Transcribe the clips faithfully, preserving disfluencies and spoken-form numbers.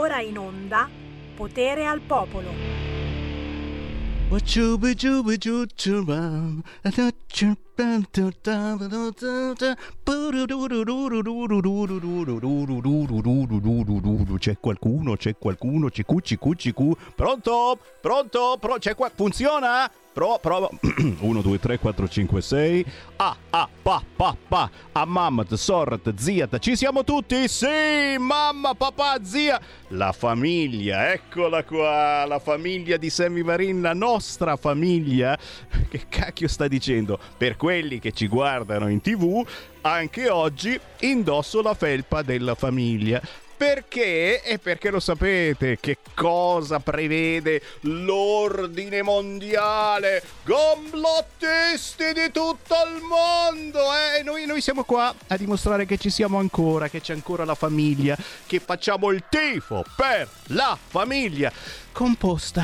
ora in onda Potere al Popolo. C'è qualcuno, c'è qualcuno, cicu cicu cicu. Pronto? Pronto? Pro- c'è qua? Funziona? Pro, prova. uno, due, tre, quattro, cinque, sei. Ah, ah, pa, pa, pa. Ah, mamma, sorrat, ziat. Ci siamo tutti? Sì, mamma, papà, zia. La famiglia, eccola qua. La famiglia di Sammy Varin, la nostra famiglia. Che cacchio sta dicendo? Per quelli che ci guardano in tv, anche oggi indosso la felpa della famiglia. Perché? E perché lo sapete che cosa prevede l'ordine mondiale? Complottisti di tutto il mondo, eh? Noi, noi siamo qua a dimostrare che ci siamo ancora, che c'è ancora la famiglia, che facciamo il tifo per la famiglia, composta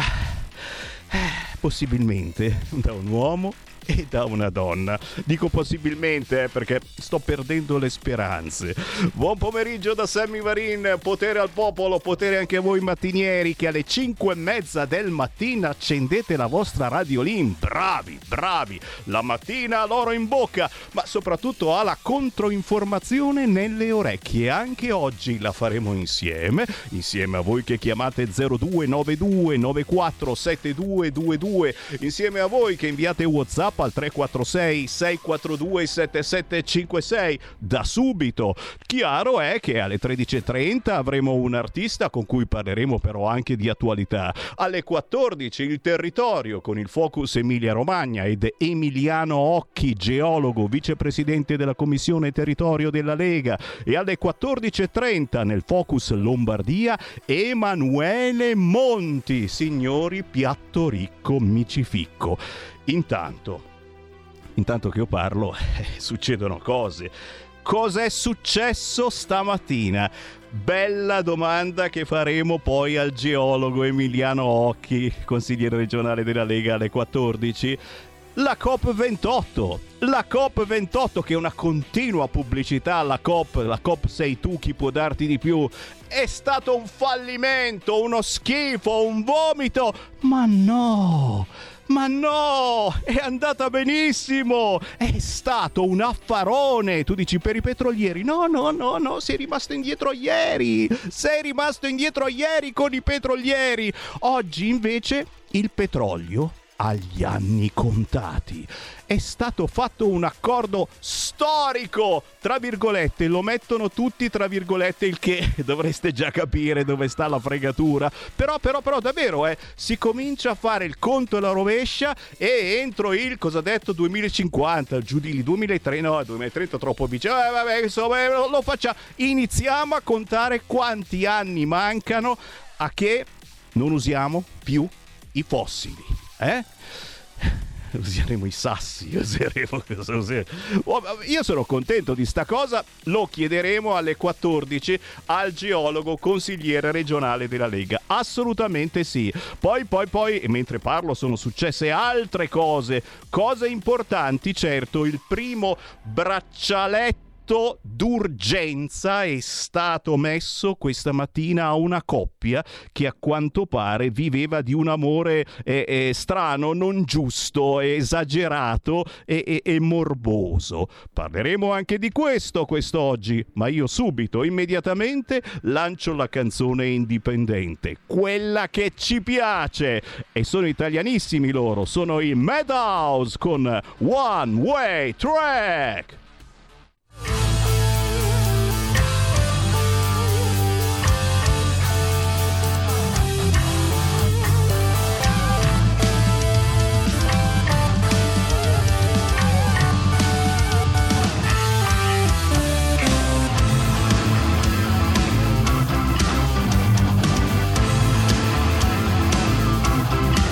eh, possibilmente da un uomo e da una donna. Dico possibilmente eh, perché sto perdendo le speranze. Buon pomeriggio da Sammy Varin, potere al popolo, potere anche a voi mattinieri che alle cinque e mezza del mattino accendete la vostra radiolin. Bravi, bravi, la mattina l'oro in bocca, ma soprattutto ha la controinformazione nelle orecchie. Anche oggi la faremo insieme, insieme a voi che chiamate zero due nove due nove quattro sette due due due, insieme a voi che inviate WhatsApp al tre quattro sei sei quattro due sette sette cinque sei da subito. Chiaro è che alle tredici e trenta avremo un artista con cui parleremo però anche di attualità. Alle quattordici il territorio con il focus Emilia Romagna ed Emiliano Occhi, geologo, vicepresidente della Commissione Territorio della Lega, e alle quattordici e trenta nel focus Lombardia Emanuele Monti, signori, piatto ricco micificco. Intanto, intanto che io parlo, eh, succedono cose. Cos'è successo stamattina? Bella domanda che faremo poi al geologo Emiliano Occhi, consigliere regionale della Lega, alle quattordici. La COP ventotto, la COP ventotto che è una continua pubblicità, la COP, la COP sei tu, chi può darti di più? È stato un fallimento, uno schifo, un vomito, ma no! Ma no, è andata benissimo, è stato un affarone. Tu dici per i petrolieri, no, no, no, no, sei rimasto indietro ieri, sei rimasto indietro ieri con i petrolieri. Oggi invece il petrolio agli anni contati. È stato fatto un accordo storico, tra virgolette, lo mettono tutti tra virgolette, il che dovreste già capire dove sta la fregatura. Però, però, però, davvero, eh, si comincia a fare il conto alla rovescia e entro il, cosa ha detto, duemilacinquanta, giù di lì, duemilatrenta, no, duemilatrenta troppo vicino, eh, vabbè, insomma, lo, lo facciamo. Iniziamo a contare quanti anni mancano a che non usiamo più i fossili. Eh? Useremo i sassi, useremo, useremo. Oh, io sono contento di sta cosa, lo chiederemo alle quattordici al geologo consigliere regionale della Lega, assolutamente sì. Poi poi poi mentre parlo sono successe altre cose, cose importanti, certo. Il primo braccialetto d'urgenza è stato messo questa mattina a una coppia che a quanto pare viveva di un amore eh, eh, strano, non giusto, esagerato e, e, e morboso. Parleremo anche di questo quest'oggi, ma io subito, immediatamente lancio la canzone indipendente, quella che ci piace, e sono italianissimi loro, sono i Madhouse con One Way Track.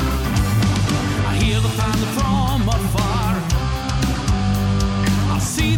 From afar, I see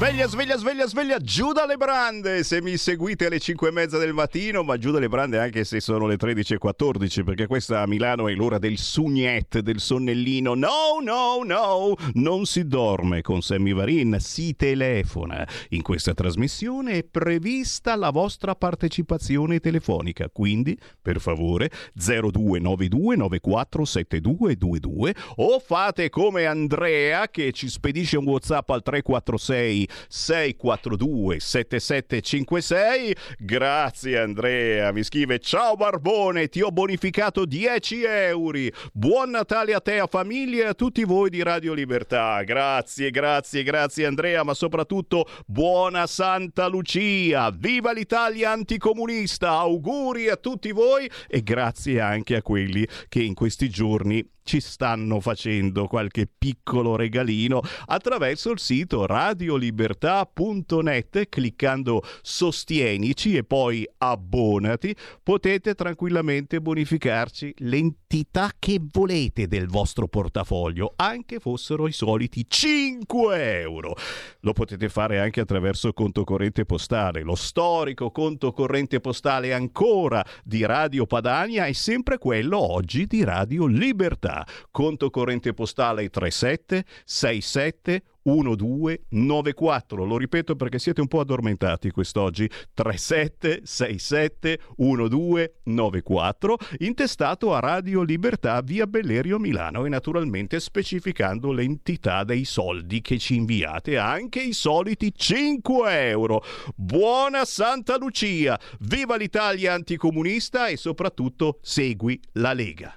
Sveglia, sveglia, sveglia, sveglia, giù dalle brande se mi seguite alle cinque e mezza del mattino, ma giù dalle brande anche se sono le tredici e quattordici, perché questa a Milano è l'ora del sugnet, del sonnellino. No, no, no, non si dorme con Sammy Varin, si telefona. In questa trasmissione è prevista la vostra partecipazione telefonica, quindi per favore zero due nove due nove quattro sette due due due o fate come Andrea che ci spedisce un WhatsApp al tre quattro sei sei quattro due sette sette cinque sei. Grazie Andrea, mi scrive: ciao Barbone, ti ho bonificato dieci euro. Buon Natale a te, a famiglia e a tutti voi di Radio Libertà. Grazie, grazie, grazie Andrea, ma soprattutto buona Santa Lucia. Viva l'Italia anticomunista. Auguri a tutti voi e grazie anche a quelli che in questi giorni ci stanno facendo qualche piccolo regalino attraverso il sito radiolibertà punto net. Cliccando sostienici e poi abbonati potete tranquillamente bonificarci l'entità che volete del vostro portafoglio, anche fossero i soliti cinque euro. Lo potete fare anche attraverso conto corrente postale. Lo storico conto corrente postale ancora di Radio Padania è sempre quello oggi di Radio Libertà. Conto corrente postale tre sette sei sette uno due nove quattro. Lo ripeto perché siete un po' addormentati quest'oggi. tre sette sei sette uno due nove quattro, intestato a Radio Libertà, via Bellerio Milano, e naturalmente specificando l'entità dei soldi che ci inviate, anche i soliti cinque euro. Buona Santa Lucia, viva l'Italia anticomunista e soprattutto segui la Lega.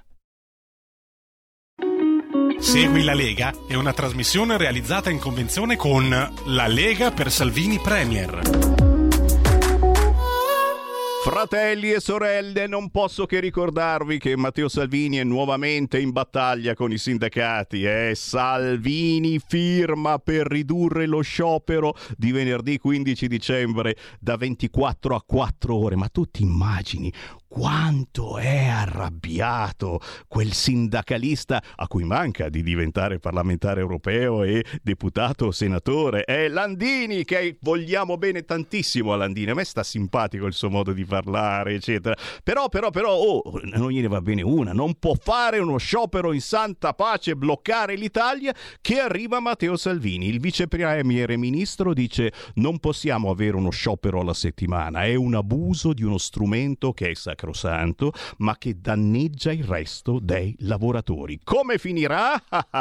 Segui la Lega è una trasmissione realizzata in convenzione con La Lega per Salvini Premier. Fratelli e sorelle, non posso che ricordarvi che Matteo Salvini è nuovamente in battaglia con i sindacati. Eh? Salvini firma per ridurre lo sciopero di venerdì quindici dicembre da ventiquattro a quattro ore. Ma tu ti immagini quanto è arrabbiato quel sindacalista a cui manca di diventare parlamentare europeo e deputato o senatore? È Landini, che vogliamo bene tantissimo a Landini. A me sta simpatico il suo modo di parlare, eccetera. Però, però, però, oh, non gliene va bene una. Non può fare uno sciopero in santa pace, bloccare l'Italia, che arriva Matteo Salvini. Il vice premier e ministro dice: non possiamo avere uno sciopero alla settimana. È un abuso di uno strumento che è sacrosanto, ma che danneggia il resto dei lavoratori. Come finirà?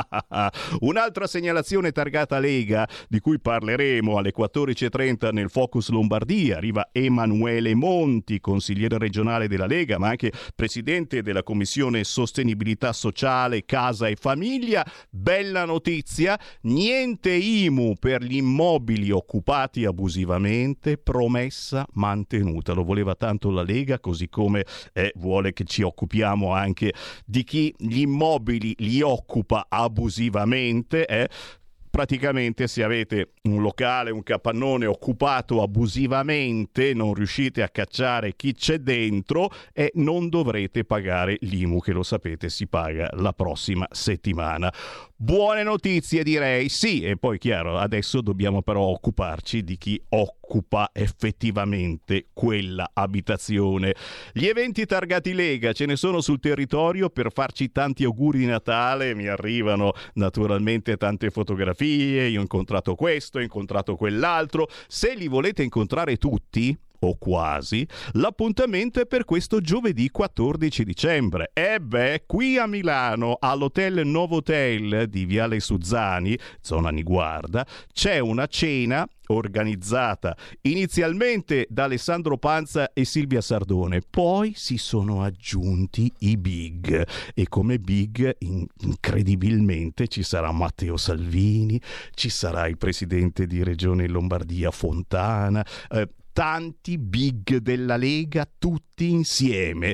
Un'altra segnalazione targata Lega, di cui parleremo alle quattordici e trenta nel Focus Lombardia. Arriva Emanuele Monti, consigliere regionale della Lega, ma anche presidente della Commissione Sostenibilità Sociale, Casa e Famiglia. Bella notizia: niente I M U per gli immobili occupati abusivamente, promessa mantenuta. Lo voleva tanto la Lega, così come Eh, vuole che ci occupiamo anche di chi gli immobili li occupa abusivamente. Eh. Praticamente, se avete un locale, un capannone occupato abusivamente, non riuscite a cacciare chi c'è dentro e non dovrete pagare l'I M U, che lo sapete si paga la prossima settimana. Buone notizie, direi. Sì, e poi chiaro, adesso dobbiamo però occuparci di chi occupa effettivamente quella abitazione. Gli eventi targati Lega ce ne sono sul territorio per farci tanti auguri di Natale. Mi arrivano naturalmente tante fotografie. Io ho incontrato questo, ho incontrato quell'altro. Se li volete incontrare tutti, o quasi, l'appuntamento è per questo giovedì quattordici dicembre. E beh, qui a Milano, all'Hotel Novotel di Viale Suzzani, zona Niguarda, c'è una cena organizzata inizialmente da Alessandro Panza e Silvia Sardone, poi si sono aggiunti i big, e come big incredibilmente ci sarà Matteo Salvini, ci sarà il presidente di Regione Lombardia Fontana, eh, tanti big della Lega tutti insieme.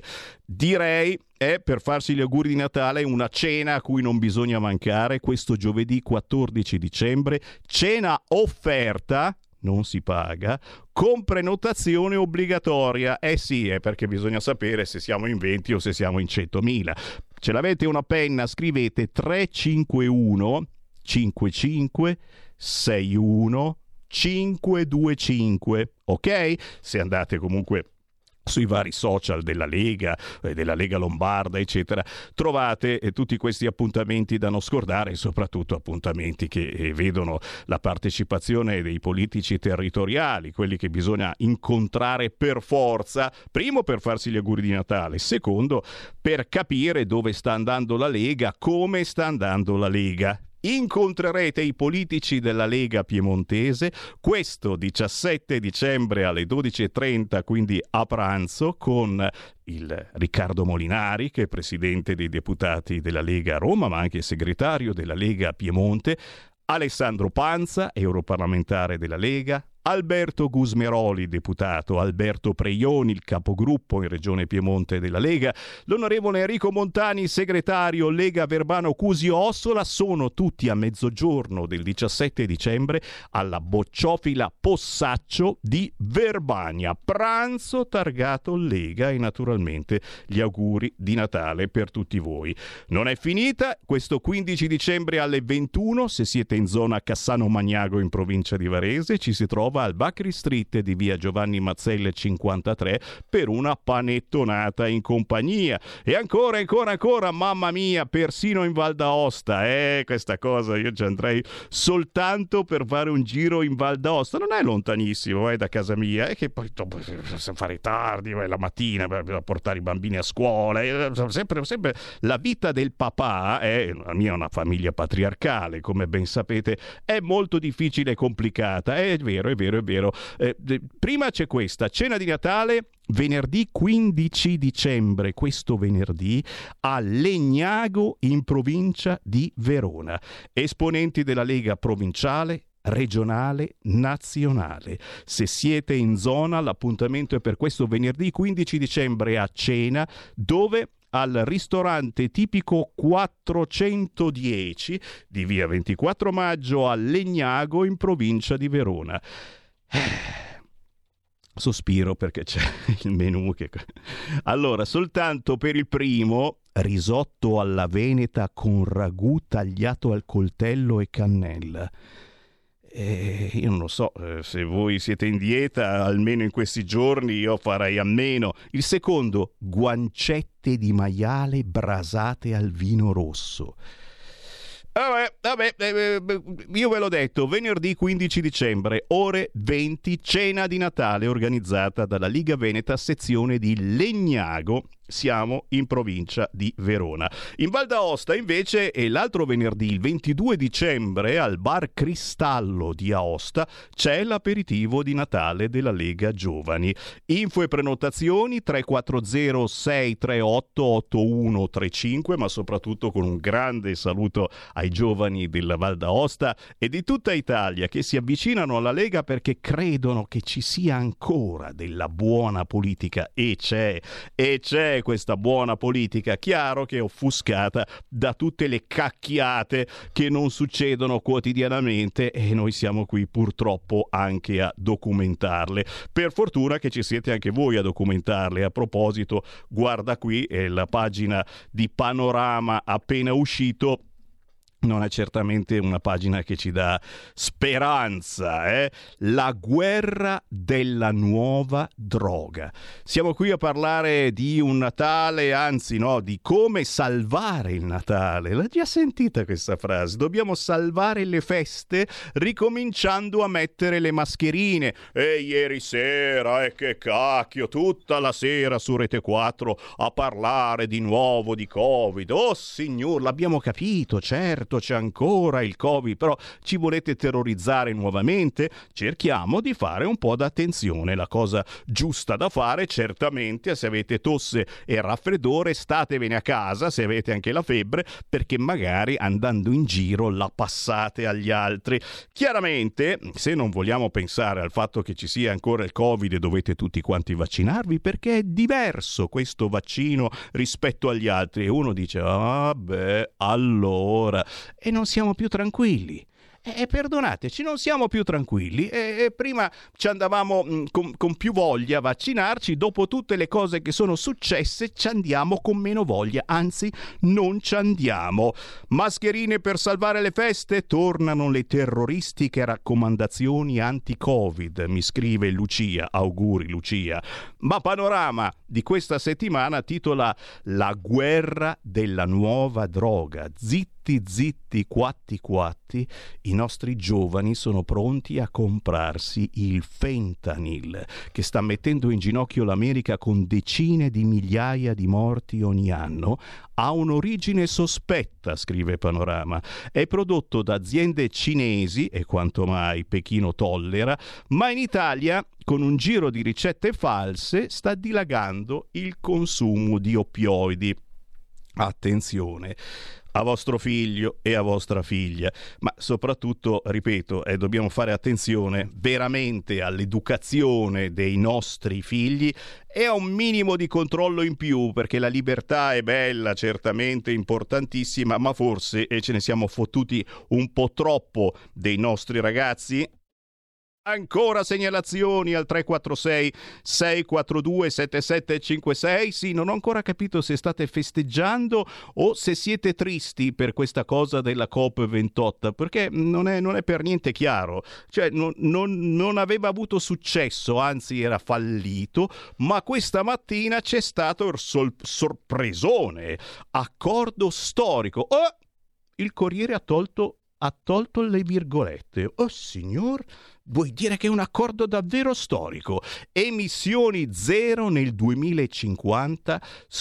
Direi è, per farsi gli auguri di Natale, una cena a cui non bisogna mancare questo giovedì quattordici dicembre, cena offerta, non si paga, con prenotazione obbligatoria. Eh sì, è perché bisogna sapere se siamo in venti o se siamo in centomila. Ce l'avete una penna? Scrivete tre cinque uno cinque cinque sei uno cinque due cinque, ok? Se andate comunque sui vari social della Lega, eh, della Lega Lombarda, eccetera, trovate eh, tutti questi appuntamenti da non scordare, e soprattutto appuntamenti che eh, vedono la partecipazione dei politici territoriali, quelli che bisogna incontrare per forza, primo per farsi gli auguri di Natale, secondo per capire dove sta andando la Lega, come sta andando la Lega. Incontrerete i politici della Lega piemontese questo diciassette dicembre alle dodici e trenta, quindi a pranzo, con il Riccardo Molinari, che è presidente dei deputati della Lega a Roma, ma anche segretario della Lega a Piemonte, Alessandro Panza, europarlamentare della Lega, Alberto Gusmeroli, deputato, Alberto Preioni, il capogruppo in Regione Piemonte della Lega, l'onorevole Enrico Montani, segretario Lega Verbano Cusio Ossola, sono tutti a mezzogiorno del diciassette dicembre alla Bocciofila Possaccio di Verbania. Pranzo targato Lega e naturalmente gli auguri di Natale per tutti voi. Non è finita, questo quindici dicembre alle ventuno, se siete in zona Cassano Magnago in provincia di Varese, ci si trova al Bacri Street di via Giovanni Mazzelle cinquantatré per una panettonata in compagnia. E ancora, ancora, ancora, mamma mia, persino in Val d'Aosta, eh, questa cosa io ci andrei soltanto per fare un giro in Val d'Aosta, non è lontanissimo eh, da casa mia, è che poi dopo fare tardi, eh, la mattina per portare i bambini a scuola, eh, sempre, sempre la vita del papà, eh, la mia è una famiglia patriarcale, come ben sapete, è molto difficile e complicata, è vero, è vero, è vero. Eh, prima c'è questa cena di Natale venerdì quindici dicembre, questo venerdì, a Legnago in provincia di Verona. Esponenti della Lega provinciale, regionale, nazionale. Se siete in zona, l'appuntamento è per questo venerdì quindici dicembre a cena, dove? Al ristorante tipico quattrocentodieci di via ventiquattro maggio a Legnago in provincia di Verona. Sospiro perché c'è il menù che... Allora, soltanto per il primo, risotto alla veneta con ragù tagliato al coltello e cannella. Eh, io non lo so, eh, se voi siete in dieta, almeno in questi giorni io farei a meno. Il secondo, guancette di maiale brasate al vino rosso. Vabbè, vabbè, eh, io ve l'ho detto, venerdì quindici dicembre, ore venti, cena di Natale organizzata dalla Liga Veneta, sezione di Legnago. Siamo in provincia di Verona. In Val d'Aosta invece è l'altro venerdì, il ventidue dicembre, al Bar Cristallo di Aosta c'è l'aperitivo di Natale della Lega Giovani. Info e prenotazioni tre quattro zero sei tre otto otto uno tre cinque, ma soprattutto con un grande saluto ai giovani della Val d'Aosta e di tutta Italia che si avvicinano alla Lega perché credono che ci sia ancora della buona politica, e c'è, e c'è questa buona politica, chiaro che è offuscata da tutte le cacchiate che non succedono quotidianamente e noi siamo qui purtroppo anche a documentarle. Per fortuna che ci siete anche voi a documentarle. A proposito, guarda qui, è la pagina di Panorama appena uscito. Non è certamente una pagina che ci dà speranza, eh? La guerra della nuova droga. Siamo qui a parlare di un Natale, anzi no, di come salvare il Natale. L'hai già sentita questa frase? Dobbiamo salvare le feste ricominciando a mettere le mascherine. E ieri sera, e eh, che cacchio, tutta la sera su Rete quattro a parlare di nuovo di Covid. Oh signor, l'abbiamo capito, certo. C'è ancora il Covid, però ci volete terrorizzare nuovamente? Cerchiamo di fare un po' d'attenzione. La cosa giusta da fare, certamente, se avete tosse e raffreddore, statevene a casa, se avete anche la febbre, perché magari andando in giro la passate agli altri. Chiaramente, se non vogliamo pensare al fatto che ci sia ancora il Covid e dovete tutti quanti vaccinarvi, perché è diverso questo vaccino rispetto agli altri, e uno dice, ah beh, allora... e non siamo più tranquilli. E eh, perdonateci, non siamo più tranquilli. E, e prima ci andavamo mh, con, con più voglia a vaccinarci, dopo tutte le cose che sono successe ci andiamo con meno voglia, anzi non ci andiamo. Mascherine per salvare le feste? Tornano le terroristiche raccomandazioni anti-Covid, mi scrive Lucia. Auguri Lucia. Ma Panorama di questa settimana titola La guerra della nuova droga. Zitti zitti quatti quatti, i nostri giovani sono pronti a comprarsi il fentanyl, che sta mettendo in ginocchio l'America con decine di migliaia di morti ogni anno. Ha un'origine sospetta, scrive Panorama. È prodotto da aziende cinesi, e quanto mai Pechino tollera, ma in Italia, con un giro di ricette false, sta dilagando il consumo di oppioidi. Attenzione a vostro figlio e a vostra figlia, ma soprattutto, ripeto, eh, dobbiamo fare attenzione veramente all'educazione dei nostri figli e a un minimo di controllo in più, perché la libertà è bella, certamente importantissima, ma forse eh, ce ne siamo fottuti un po' troppo dei nostri ragazzi. Ancora segnalazioni al tre quattro sei sei quattro due sette sette cinque sei. Sì, non ho ancora capito se state festeggiando o se siete tristi per questa cosa della COP ventotto, perché non è, non è per niente chiaro. Cioè non, non, non aveva avuto successo, anzi era fallito, ma questa mattina c'è stato il sol- sorpresone, accordo storico. Oh, il Corriere ha tolto, ha tolto le virgolette. Oh signor, vuoi dire che è un accordo davvero storico? Emissioni zero nel duemilacinquanta,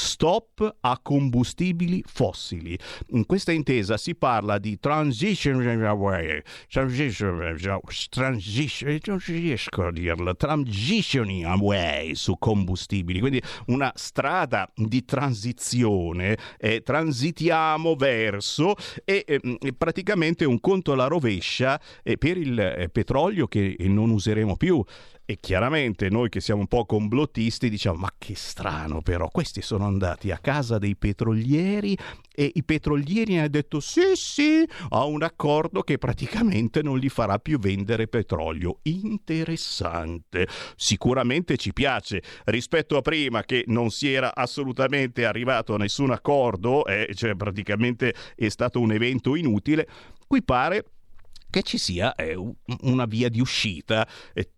stop a combustibili fossili. In questa intesa si parla di transition away, transition, transition, non riesco a dirlo, transitioning away su combustibili, quindi una strada di transizione, eh, transitiamo verso e eh, praticamente un conto alla rovescia eh, per il eh, petrolio che non useremo più. E chiaramente noi che siamo un po' complottisti diciamo: ma che strano, però questi sono andati a casa dei petrolieri e i petrolieri hanno detto sì sì a un accordo che praticamente non li farà più vendere petrolio. Interessante, sicuramente ci piace rispetto a prima che non si era assolutamente arrivato a nessun accordo, eh, cioè praticamente è stato un evento inutile. Qui pare che ci sia eh, una via di uscita. Eh,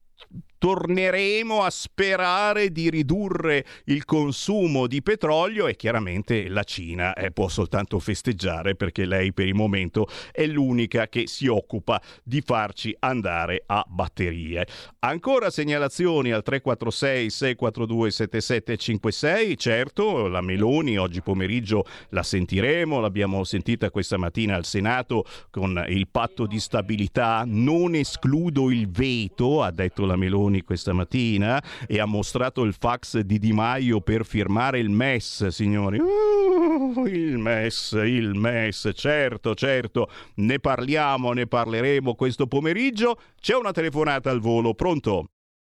torneremo a sperare di ridurre il consumo di petrolio e chiaramente la Cina eh, può soltanto festeggiare, perché lei per il momento è l'unica che si occupa di farci andare a batterie. Ancora segnalazioni al tre quattro sei sei quattro due sette sette cinque sei. Certo, la Meloni oggi pomeriggio la sentiremo, l'abbiamo sentita questa mattina al Senato con il patto di stabilità. Non escludo il veto, ha detto la Meloni questa mattina, e ha mostrato il fax di Di Maio per firmare il M E S, signori. Uh, il M E S, il M E S, certo, certo, ne parliamo, ne parleremo questo pomeriggio. C'è una telefonata al volo, pronto?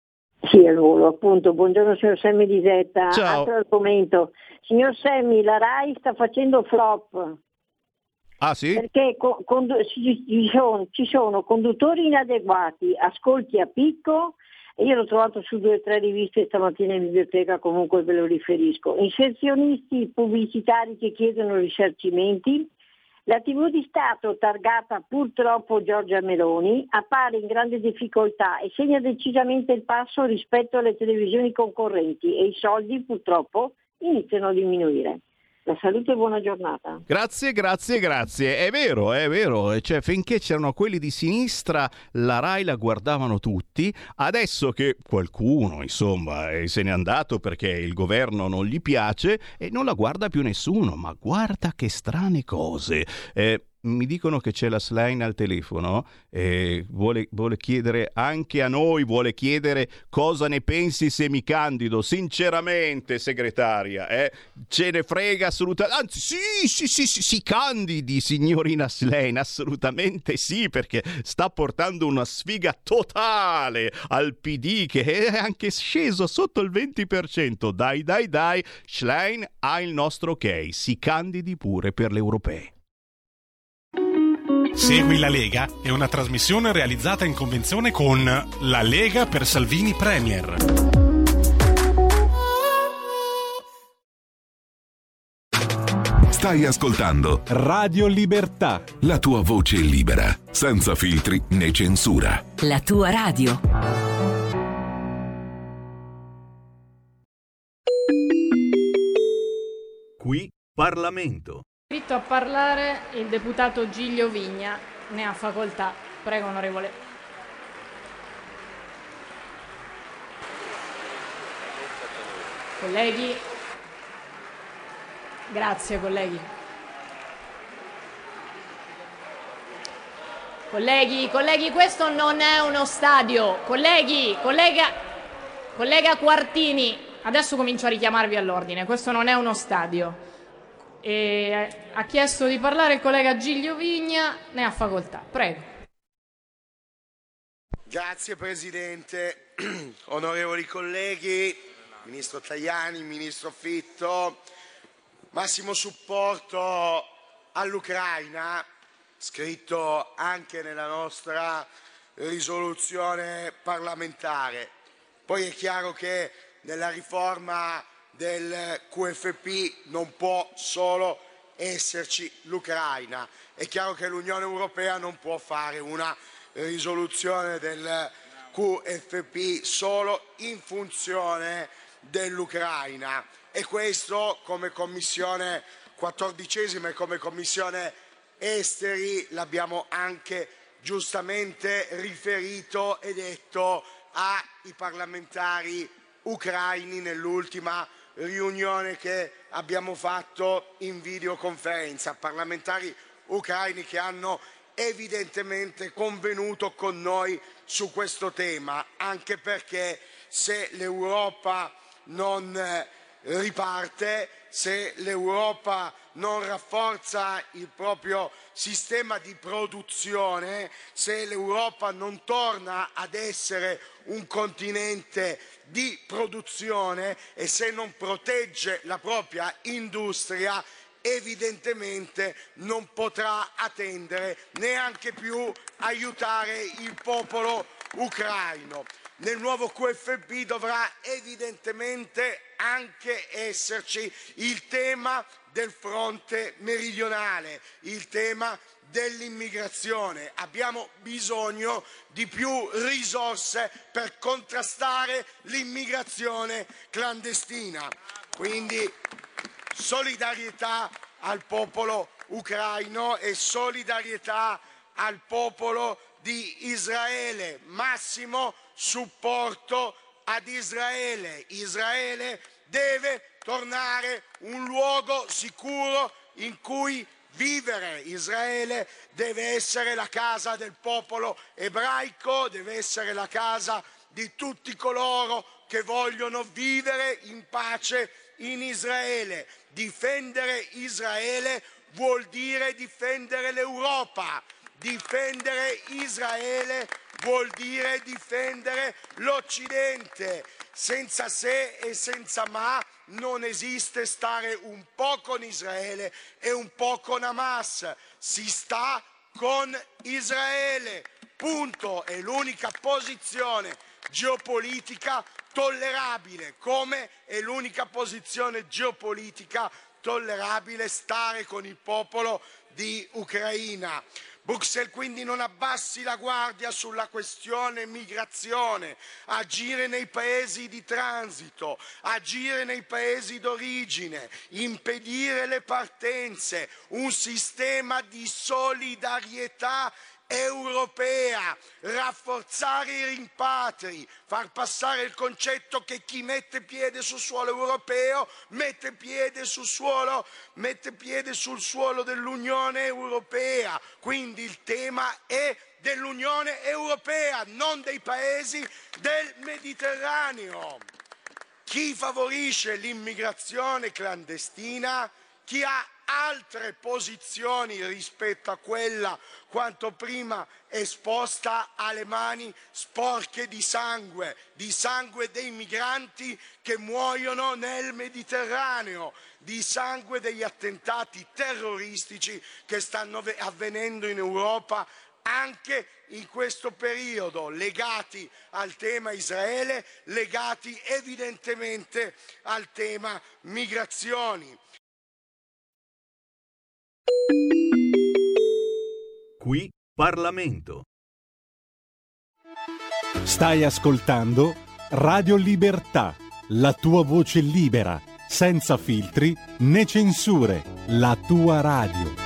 Sì, al volo, appunto. Buongiorno signor Semmi di Zetta. Ciao. Altro argomento. Signor Semmi, la RAI sta facendo flop. Ah sì? Perché con, con, ci, ci, sono, ci sono conduttori inadeguati, ascolti a picco. Io l'ho trovato su due o tre riviste stamattina in biblioteca, comunque ve lo riferisco. Inserzionisti pubblicitari che chiedono risarcimenti. La tivù di Stato, targata purtroppo Giorgia Meloni, appare in grande difficoltà e segna decisamente il passo rispetto alle televisioni concorrenti e i soldi purtroppo iniziano a diminuire. La salute e buona giornata. Grazie, grazie, grazie. È vero, è vero. Cioè, finché c'erano quelli di sinistra, la Rai la guardavano tutti. Adesso che qualcuno, insomma, se n'è andato perché il governo non gli piace e non la guarda più nessuno. Ma guarda che strane cose. Eh, mi dicono che c'è la Schlein al telefono, eh, vuole, vuole chiedere anche a noi, vuole chiedere cosa ne pensi se mi candido. Sinceramente, segretaria, eh, ce ne frega assolutamente. Anzi, sì, sì, sì, sì, si candidi, signorina Schlein, assolutamente sì, perché sta portando una sfiga totale al P D, che è anche sceso sotto il venti per cento. Dai, dai, dai, Schlein ha il nostro ok, si candidi pure per le europee. Segui la Lega è una trasmissione realizzata in convenzione con La Lega per Salvini Premier. Stai ascoltando Radio Libertà, la tua voce libera, senza filtri né censura. La tua radio. Qui Parlamento. Iscritto a parlare il deputato Giglio Vigna, ne ha facoltà. Prego, onorevole. Colleghi. Grazie, colleghi. Colleghi, colleghi, questo non è uno stadio. Colleghi, collega, collega Quartini, adesso comincio a richiamarvi all'ordine. Questo non è uno stadio. E ha chiesto di parlare il collega Giglio Vigna, ne ha facoltà. Prego. Grazie Presidente, onorevoli colleghi, Ministro Tajani, Ministro Fitto, massimo supporto all'Ucraina, scritto anche nella nostra risoluzione parlamentare. Poi è chiaro che nella riforma del Q F P non può solo esserci l'Ucraina. È chiaro che l'Unione Europea non può fare una risoluzione del Q F P solo in funzione dell'Ucraina, e questo come Commissione quattordicesima e come Commissione Esteri l'abbiamo anche giustamente riferito e detto ai parlamentari ucraini nell'ultima riunione che abbiamo fatto in videoconferenza, parlamentari ucraini che hanno evidentemente convenuto con noi su questo tema, anche perché se l'Europa non riparte, se l'Europa non rafforza il proprio sistema di produzione, se l'Europa non torna ad essere un continente di produzione e se non protegge la propria industria, evidentemente non potrà attendere neanche più aiutare il popolo ucraino. Nel nuovo Q F P dovrà evidentemente anche esserci il tema del fronte meridionale, il tema dell'immigrazione. Abbiamo bisogno di più risorse per contrastare l'immigrazione clandestina. Quindi solidarietà al popolo ucraino e solidarietà al popolo di Israele, massimo supporto ad Israele. Israele deve tornare un luogo sicuro in cui vivere. Israele deve essere la casa del popolo ebraico, deve essere la casa di tutti coloro che vogliono vivere in pace in Israele. Difendere Israele vuol dire difendere l'Europa. Difendere Israele vuol dire difendere l'Occidente. Senza se e senza ma non esiste stare un po' con Israele e un po' con Hamas. Si sta con Israele. Punto. È l'unica posizione geopolitica tollerabile, come è l'unica posizione geopolitica tollerabile stare con il popolo di Ucraina. Bruxelles quindi non abbassi la guardia sulla questione migrazione, agire nei paesi di transito, agire nei paesi d'origine, impedire le partenze, un sistema di solidarietà europea, rafforzare i rimpatri, far passare il concetto che chi mette piede sul suolo europeo mette piede sul suolo, mette piede sul suolo dell'Unione Europea. Quindi il tema è dell'Unione Europea, non dei paesi del Mediterraneo. Chi favorisce l'immigrazione clandestina, chi ha altre posizioni rispetto a quella quanto prima esposta, alle mani sporche di sangue, di sangue dei migranti che muoiono nel Mediterraneo, di sangue degli attentati terroristici che stanno avvenendo in Europa anche in questo periodo, legati al tema Israele, legati evidentemente al tema migrazioni. Qui Parlamento. Stai ascoltando Radio Libertà, la tua voce libera, senza filtri né censure, la tua radio.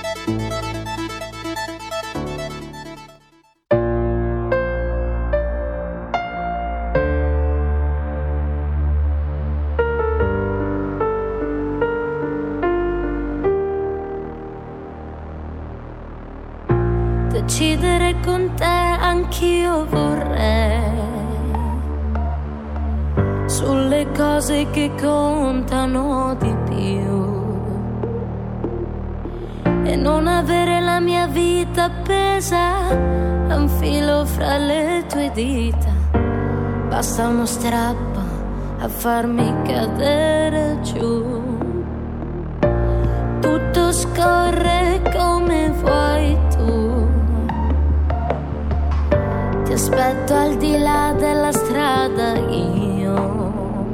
Decidere con te anch'io vorrei, sulle cose che contano di più, e non avere la mia vita appesa a un filo fra le tue dita. Basta uno strappo a farmi cadere giù. Tutto scorre come vuoi tu. Ti aspetto al di là della strada io.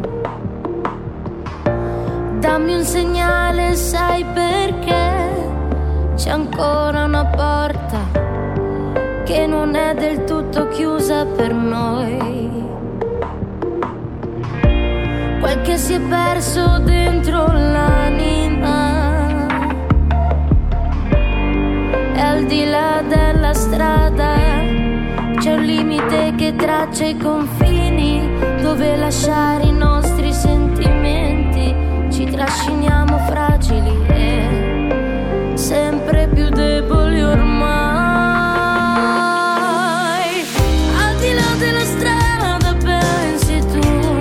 Dammi un segnale, sai perché c'è ancora una porta che non è del tutto chiusa per noi. Quel che si è perso dentro l'anima e al di là della strada c'è un limite che traccia i confini dove lasciare i nostri sentimenti. Ci trasciniamo fragili e sempre più deboli ormai. Al di là della strada pensi tu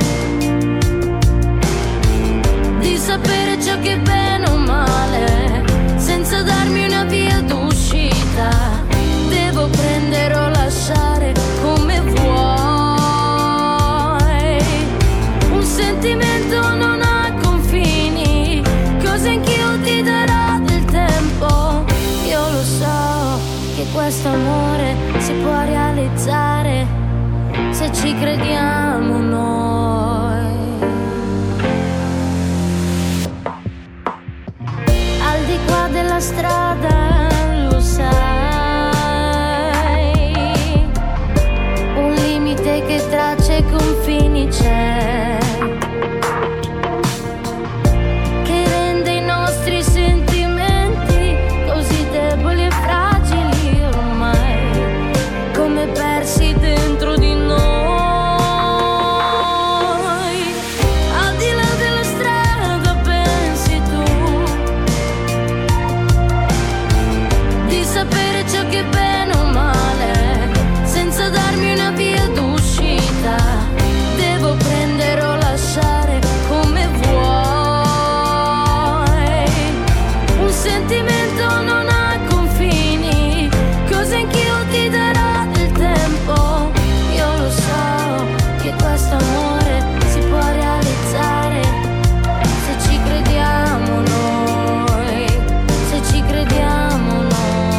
di sapere ciò che è bene o male senza darmi una via d'uscita. Devo prendere o lasciare come vuoi. Un sentimento non ha confini, così anch'io ti darò del tempo. Io lo so che questo amore si può realizzare se ci crediamo noi. Al di qua della strada lo sai, un limite che traccia i confini c'è, che rende i nostri sentimenti così deboli e fragili ormai, come persi dentro di noi. Al di là della strada pensi tu di sapere ciò che è bene o male senza darmi una via d'uscita. Devo prendere o lasciare come vuoi. Un sentimento non ha confini, così anch'io ti darò del tempo. Io lo so che questo amore si può realizzare se ci crediamo noi, se ci crediamo noi.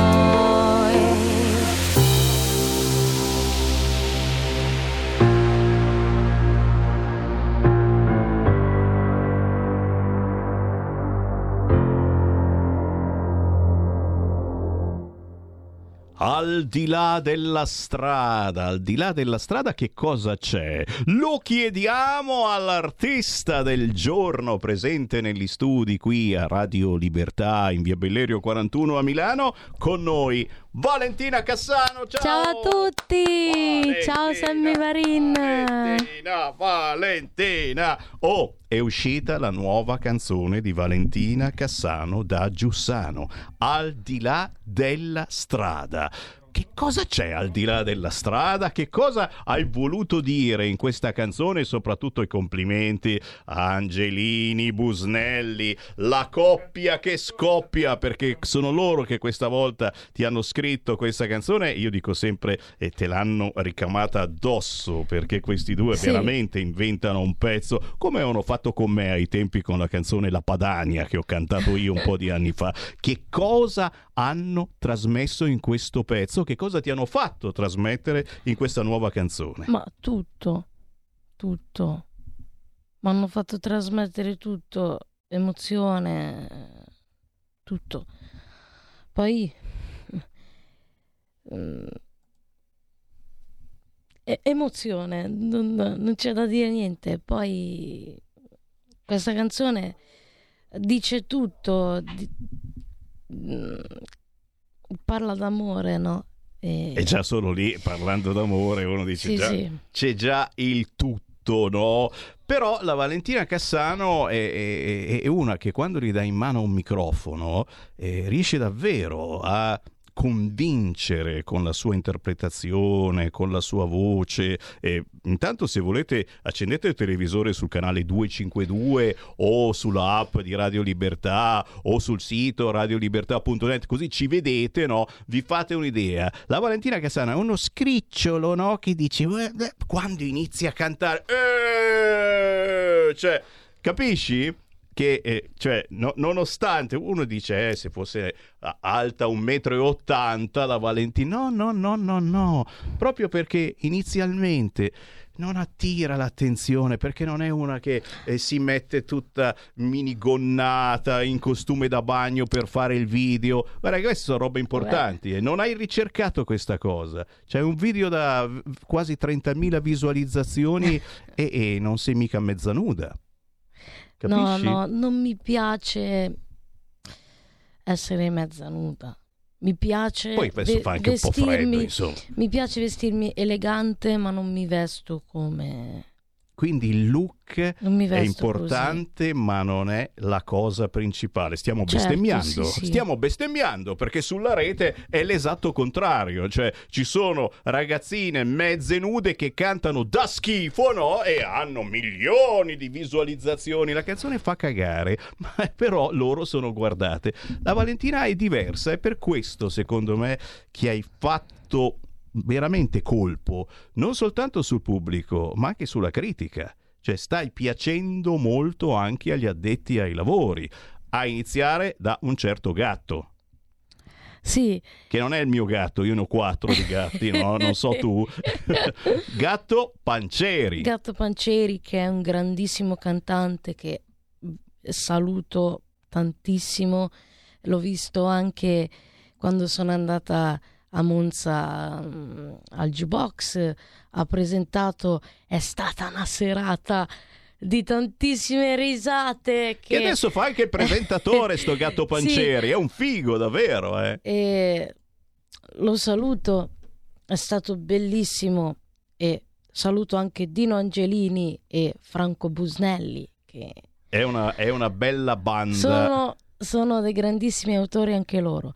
Al di là della strada, al di là della strada che cosa c'è? Lo chiediamo all'artista del giorno presente negli studi qui a Radio Libertà in via Bellerio quarantuno a Milano. Con noi Valentina Cassano. Ciao, Ciao a tutti. Valentina, Ciao Sammy Varin. Valentina, Valentina. Oh, è uscita la nuova canzone di Valentina Cassano da Giussano, Al di là della strada. che cosa c'è al di là della strada? Che cosa hai voluto dire in questa canzone? E soprattutto i complimenti a Angelini, Busnelli, la coppia che scoppia, perché sono loro che questa volta ti hanno scritto questa canzone. Io dico sempre e te l'hanno ricamata addosso, perché questi due sì. veramente inventano un pezzo, come hanno fatto con me ai tempi con la canzone La Padania che ho cantato io un po' di anni fa. Che cosa hanno trasmesso in questo pezzo? Che cosa ti hanno fatto trasmettere in questa nuova canzone? Ma tutto, tutto. Mi hanno fatto trasmettere tutto, emozione, tutto. Poi um, emozione, non, non c'è da dire niente. Poi questa canzone dice tutto, di, parla d'amore, no? E... e già solo lì, parlando d'amore, uno dice sì, già, sì. c'è già il tutto, no? Però la Valentina Cassano è, è, è una che quando gli dà in mano un microfono eh, riesce davvero a convincere con la sua interpretazione, con la sua voce. E intanto, se volete, accendete il televisore sul canale duecentocinquantadue o sulla app di Radio Libertà o sul sito radio libertà punto net, così ci vedete, no? Vi fate un'idea. La Valentina Cassano è uno scricciolo, no? Che dice quando inizia a cantare, eh! cioè, capisci? Che eh, cioè no, nonostante uno dice eh, se fosse alta un metro e ottanta la Valentina, no no no no no proprio perché inizialmente non attira l'attenzione, perché non è una che eh, si mette tutta minigonnata in costume da bagno per fare il video. Guarda, queste sono robe importanti e eh. non hai ricercato questa cosa. C'è un video da quasi trentamila visualizzazioni e, e non sei mica mezza nuda. Capisci? No, no, non mi piace essere mezza nuda. Mi piace Poi ve- fa anche vestirmi, un po' freddo, insomma. Mi piace vestirmi elegante, ma non mi vesto come... Quindi il look è importante, così. Ma non è la cosa principale. Stiamo certo, bestemmiando, sì, sì. stiamo bestemmiando perché sulla rete è l'esatto contrario. Cioè, ci sono ragazzine mezze nude che cantano da schifo, no? E hanno milioni di visualizzazioni. La canzone fa cagare, ma però loro sono guardate. La Valentina è diversa, è per questo, secondo me, che hai fatto veramente colpo non soltanto sul pubblico ma anche sulla critica. Cioè, stai piacendo molto anche agli addetti ai lavori, a iniziare da un certo gatto. Sì. Che non è il mio gatto, io ne ho quattro di gatti, no? Non so tu. Gatto Pancieri. Gatto Pancieri, che è un grandissimo cantante che saluto tantissimo. L'ho visto anche quando sono andata a Monza um, al Jukebox, ha presentato, è stata una serata di tantissime risate che, che adesso fa anche il presentatore sto Gatto Pancieri, sì. È un figo davvero, eh. E lo saluto, è stato bellissimo, e saluto anche Dino Angelini e Franco Busnelli, che è una, è una bella banda, sono, sono dei grandissimi autori anche loro,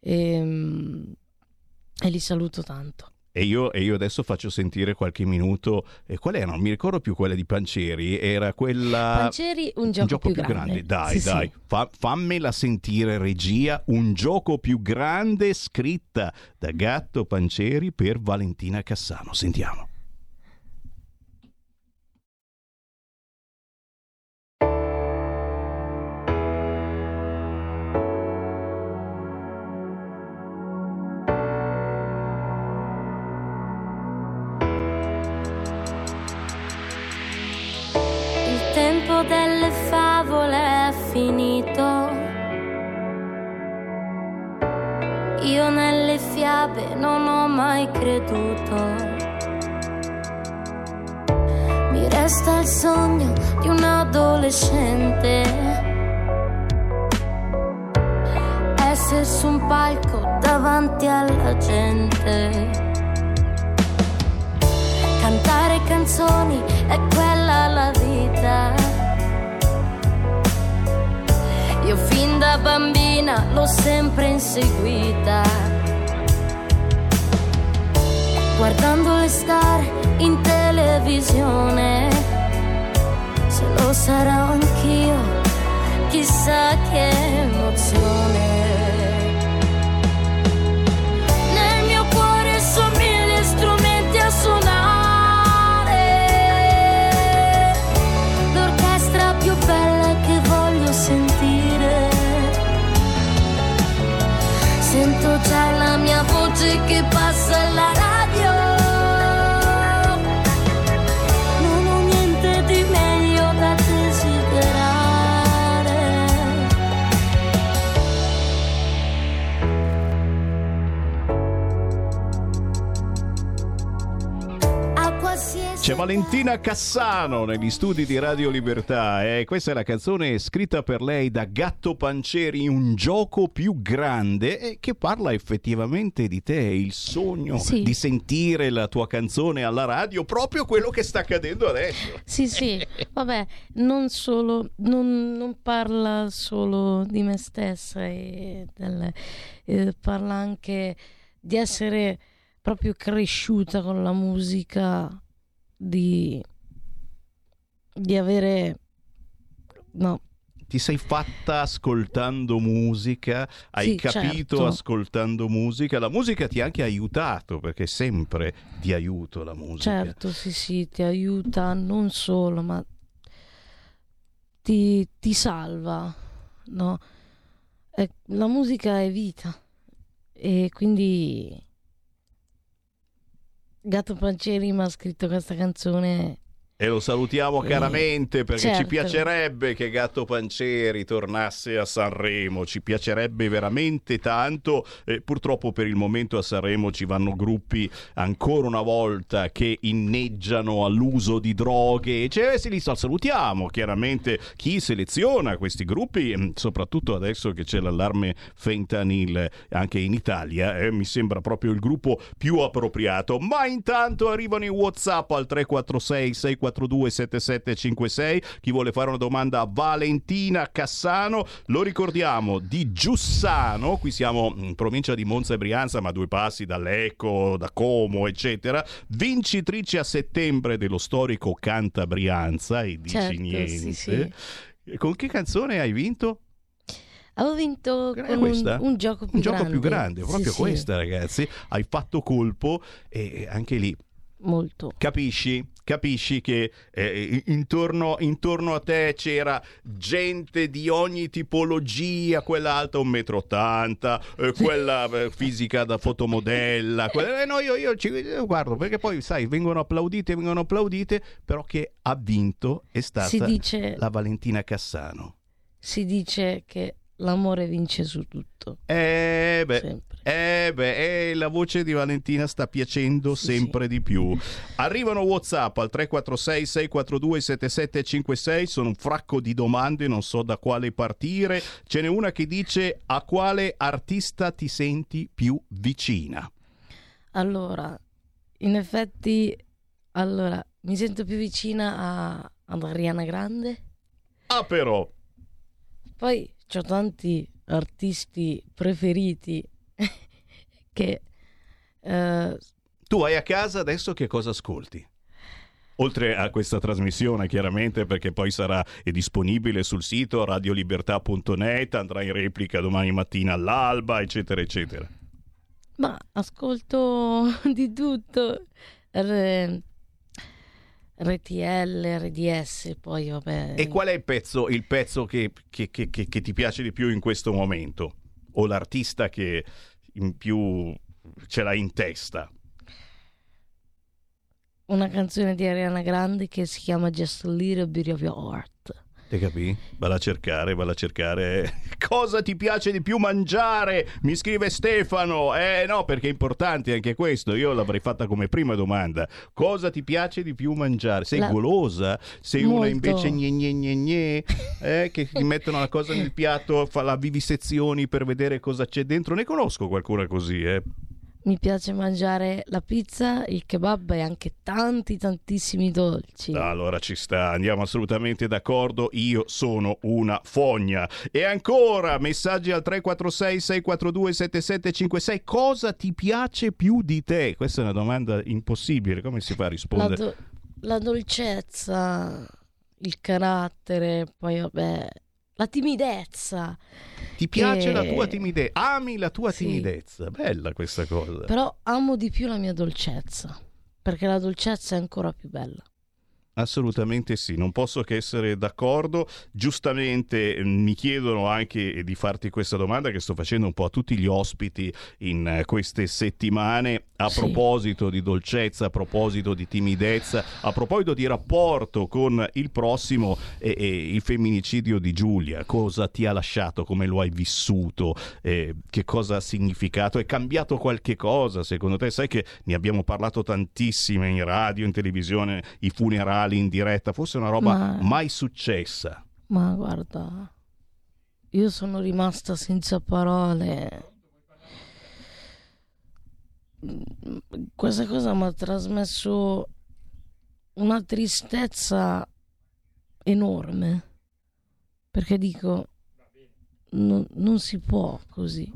e, e li saluto tanto. E io, e io adesso faccio sentire qualche minuto. E qual era? Non mi ricordo più quella di Pancieri. Era quella... Pancieri, un gioco, un gioco più, più grande. grande. Dai, sì, dai. Sì. Fa, fammela sentire, regia. Un gioco più grande, scritta da Gatto Pancieri per Valentina Cassano. Sentiamo. Delle favole è finito. Io nelle fiabe non ho mai creduto. Mi resta il sogno di un adolescente, essere su un palco davanti alla gente, cantare canzoni, è quella la vita. Io fin da bambina l'ho sempre inseguita. guardando le star in televisione. Se lo sarò anch'io, chissà che emozione. Nel mio cuore sono mille strumenti a suonare, l'orchestra più bella che voglio sentire. Sento già la mia voce che passa alla radio. Non ho niente di meglio da desiderare. A qualsiasi C'è Valentina Cassano negli studi di Radio Libertà e questa è la canzone scritta per lei da Gatto Pancieri, Un gioco più grande, e che parla effettivamente di te, il sogno Sì. di sentire la tua canzone alla radio, proprio quello che sta accadendo adesso. Sì, sì, vabbè, non solo, non, non parla solo di me stessa, e del- eh, parla anche di essere proprio cresciuta con la musica, di, di avere, no, Ti sei fatta ascoltando musica, hai Sì, capito certo. ascoltando musica, la musica ti ha anche aiutato, perché è sempre di aiuto la musica. certo, sì, sì, ti aiuta non solo, ma ti, ti salva, no? Eh, la musica è vita, e quindi Gatto Pancieri mi ha scritto questa canzone. E lo salutiamo Eh, caramente, perché ci certo. piacerebbe che Gatto Pancieri tornasse a Sanremo, ci piacerebbe veramente tanto. Eh, purtroppo per il momento a Sanremo ci vanno gruppi ancora una volta che inneggiano all'uso di droghe, cioè, se li salutiamo chiaramente chi seleziona questi gruppi, mm, soprattutto adesso che c'è l'allarme fentanyl anche in Italia, eh, mi sembra proprio il gruppo più appropriato. Ma intanto arrivano i WhatsApp al tre quattro sei sei quattro due sette sette cinque sei. Chi vuole fare una domanda a Valentina Cassano, lo ricordiamo, di Giussano, qui siamo in provincia di Monza e Brianza, ma a due passi da Lecco, da Como, eccetera, vincitrice a settembre dello storico Canta Brianza, e dici Certo, niente. sì, sì. Con che canzone hai vinto? Avevo vinto È con un, questa? un gioco più Un gioco grande. più grande, proprio Sì, questa, ragazzi. Hai fatto colpo, e anche lì sì, molto. capisci? Capisci che eh, intorno, intorno a te c'era gente di ogni tipologia, quella alta un metro e ottanta, eh, quella eh, fisica da fotomodella, quella, eh, no, io, io ci io guardo, perché poi sai, vengono applaudite, vengono applaudite, però che ha vinto è stata Si dice- la Valentina Cassano. Si dice che l'amore vince su tutto. Eh beh, Sempre. eh beh, eh, la voce di Valentina sta piacendo Sì, sempre di più. Arrivano WhatsApp al tre quattro sei sei quattro due sette sette cinque sei, sono un fracco di domande, non so da quale partire. Ce n'è una che dice: a quale artista ti senti più vicina? Allora, in effetti, allora, mi sento più vicina a, ad Ariana Grande. Ah, però, Poi c'ho tanti artisti preferiti che eh, tu hai a casa adesso che cosa ascolti? Oltre a questa trasmissione, chiaramente, perché poi sarà è disponibile sul sito radiolibertà punto net, andrà in replica domani mattina all'alba, eccetera, eccetera. ma ascolto di tutto. R- R T L, R D S, poi vabbè. E qual è il pezzo, il pezzo che, che, che, che, che ti piace di più in questo momento? O l'artista che in più ce l'hai in testa? Una canzone di Ariana Grande che si chiama Just a Little Bit of Your Heart. Te capì? Valla a cercare, valla a cercare. Cosa ti piace di più mangiare? Mi scrive Stefano. Eh no, perché è importante anche questo. Io l'avrei fatta come prima domanda. Cosa ti piace di più mangiare? Sei La... golosa? Sei Molto. una invece gne gne gne gne? Eh, che ti mettono la cosa nel piatto, fa la vivisezioni per vedere cosa c'è dentro? Ne conosco qualcuna così, eh. mi piace mangiare la pizza, il kebab e anche tanti tantissimi dolci. Allora ci sta, andiamo assolutamente d'accordo, io sono una fogna. E ancora messaggi al tre quattro sei sei quattro due sette sette cinque sei. Cosa ti piace più di te? Questa è una domanda impossibile, come si fa a rispondere? La, do- la dolcezza, il carattere, poi vabbè, la timidezza. Ti piace che... la tua timidezza? Ami la tua sì. timidezza? Bella questa cosa. Però amo di più la mia dolcezza, perché la dolcezza è ancora più bella. Assolutamente sì, non posso che essere d'accordo. Giustamente mi chiedono anche di farti questa domanda che sto facendo un po' a tutti gli ospiti in queste settimane, a sì. proposito di dolcezza, a proposito di timidezza, a proposito di rapporto con il prossimo e, e il femminicidio di Giulia. Cosa ti ha lasciato? Come lo hai vissuto? Eh, che cosa ha significato? È cambiato qualche cosa secondo te? Sai che ne abbiamo parlato tantissime in radio, in televisione, i funerali in diretta, forse è una roba ma, mai successa. Ma guarda, io sono rimasta senza parole. Questa cosa mi ha trasmesso una tristezza enorme, perché dico non, non si può così.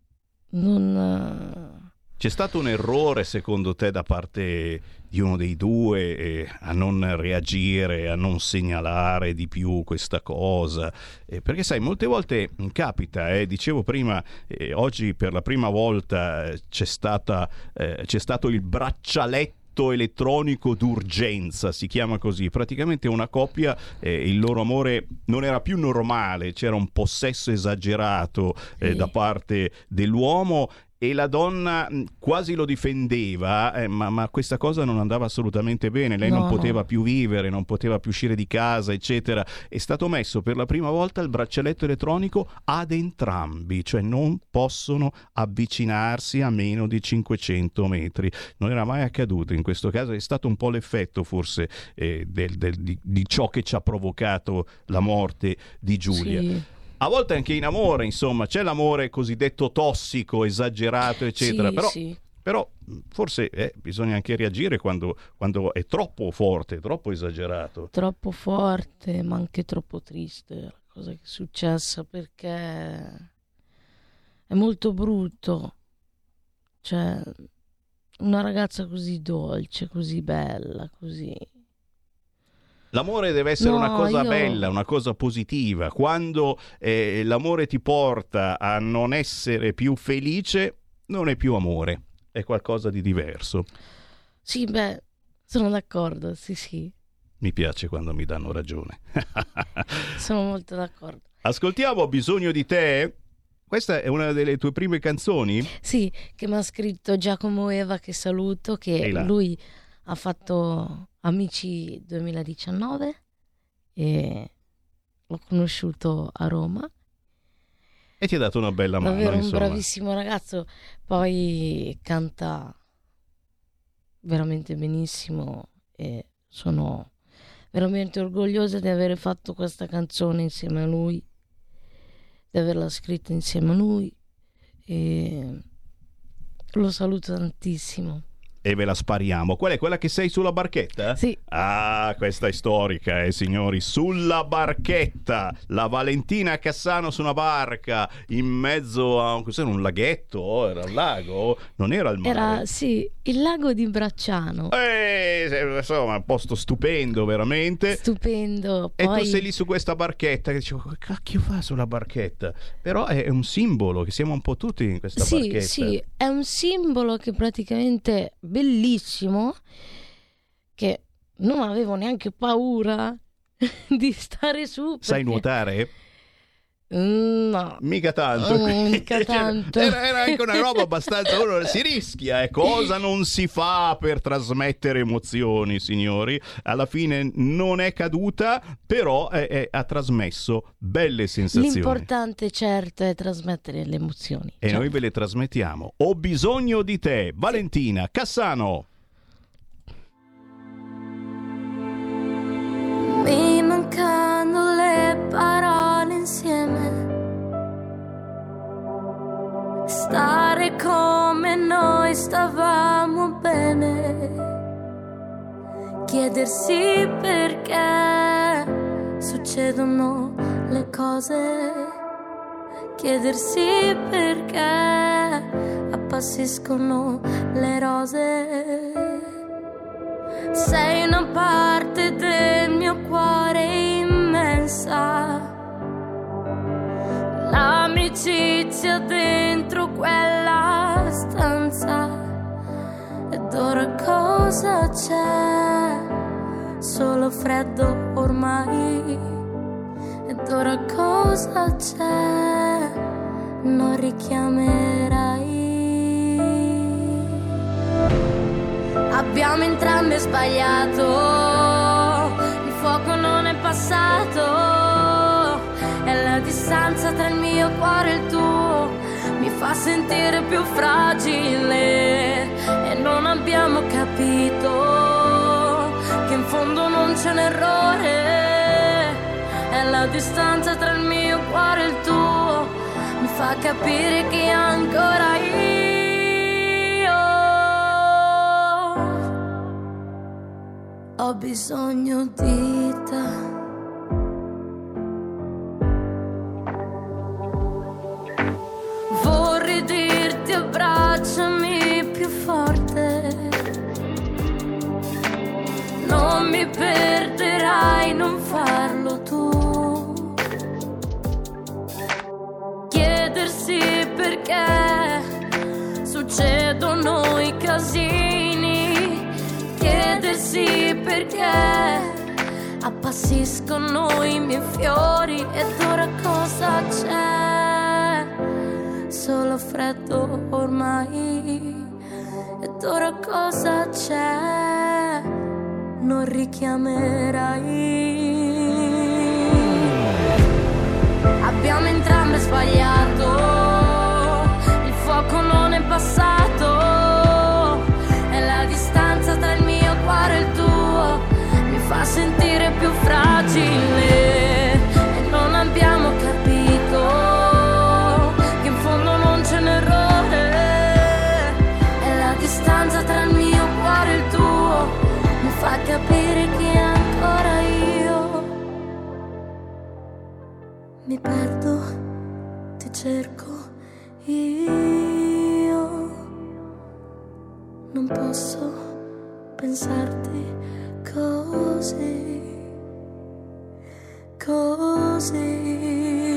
Non C'è stato un errore secondo te da parte di uno dei due eh, a non reagire, a non segnalare di più questa cosa? Eh, perché sai, molte volte capita, eh, dicevo prima, eh, oggi per la prima volta eh, c'è stata, eh, c'è stato il braccialetto elettronico d'urgenza, si chiama così. Praticamente una coppia, eh, il loro amore non era più normale, c'era un possesso esagerato eh, sì. da parte dell'uomo, e la donna quasi lo difendeva, eh, ma, ma questa cosa non andava assolutamente bene. Lei no, non poteva no. più vivere, non poteva più uscire di casa, eccetera. È stato messo per la prima volta il braccialetto elettronico ad entrambi, cioè non possono avvicinarsi a meno di cinquecento metri. Non era mai accaduto in questo caso, è stato un po' l'effetto forse eh, del, del, di, di ciò che ci ha provocato la morte di Giulia. Sì. A volte anche in amore, insomma, c'è l'amore cosiddetto tossico, esagerato, eccetera. Sì, però, sì. però forse eh, bisogna anche reagire quando, quando è troppo forte, troppo esagerato. Troppo forte, ma anche troppo triste la cosa che è successa, perché è molto brutto. Cioè, una ragazza così dolce, così bella, così... L'amore deve essere no, una cosa io... bella, una cosa positiva. Quando eh, l'amore ti porta a non essere più felice, non è più amore, è qualcosa di diverso. Sì, beh, sono d'accordo, sì, sì. Mi piace quando mi danno ragione. Sono molto d'accordo. Ascoltiamo Bisogno di te. Questa è una delle tue prime canzoni? Sì, che mi ha scritto Giacomo Eva, che saluto, che lui ha fatto Amici duemiladiciannove e l'ho conosciuto a Roma. E ti ha dato una bella mano, davvero un insomma. Bravissimo ragazzo, poi canta veramente benissimo e sono veramente orgogliosa di aver fatto questa canzone insieme a lui, di averla scritta insieme a lui, e lo saluto tantissimo. E ve la spariamo. Qual è? Quella che sei sulla barchetta? Sì. Ah, questa è storica, eh signori. Sulla barchetta, la Valentina Cassano su una barca in mezzo a cos'era, un laghetto? Era un lago? Non era il mare? Era, sì, il lago di Bracciano. Eh, insomma, un posto stupendo, veramente. Stupendo. E Poi... tu sei lì su questa barchetta che dicevo, che cacchio fa sulla barchetta? Però è, è un simbolo che siamo un po' tutti in questa sì, barchetta. Sì, è un simbolo che praticamente bellissimo, che non avevo neanche paura di stare su. Perché... Sai nuotare? No, mica tanto, oh, mica tanto. Era, era anche una roba abbastanza, uno si rischia, eh. Cosa non si fa per trasmettere emozioni, signori? Alla fine non è caduta, però è, è, ha trasmesso belle sensazioni. L'importante, certo, è trasmettere le emozioni, e certo. Noi ve le trasmettiamo. Ho bisogno di te, Valentina Cassano. Mi mancano le parole insieme, stare come come noi stavamo bene. Chiedersi perché succedono le cose, chiedersi perché appassiscono le rose. Sei una parte del mio cuore immensa, l'amicizia dentro quella stanza. Ed ora cosa c'è? Solo freddo ormai. Ed ora cosa c'è? Non richiamerai. Abbiamo entrambi sbagliato, il fuoco non è passato, e la distanza tra il mio cuore e il tuo mi fa sentire più fragile. E non abbiamo capito che in fondo non c'è un errore, è la distanza tra il mio cuore e il tuo mi fa capire che ancora io ho bisogno di te. Vorrei dirti abbracciami più forte, non mi perderai, non farlo tu. Chiedersi perché succedono i casini, chiedersi perché appassiscono i miei fiori. Ed ora cosa c'è? Solo freddo ormai. Ed ora cosa c'è? Non richiamerai. Abbiamo entrambi sbagliato, il fuoco non è passato, e la distanza tra il mio cuore e il tuo mi fa sentire più fragile. E non abbiamo capito che in fondo non c'è un errore, e la distanza tra il mio cuore e il tuo mi fa capire che ancora io mi perdo, ti cerco, io non posso pensarti così, così.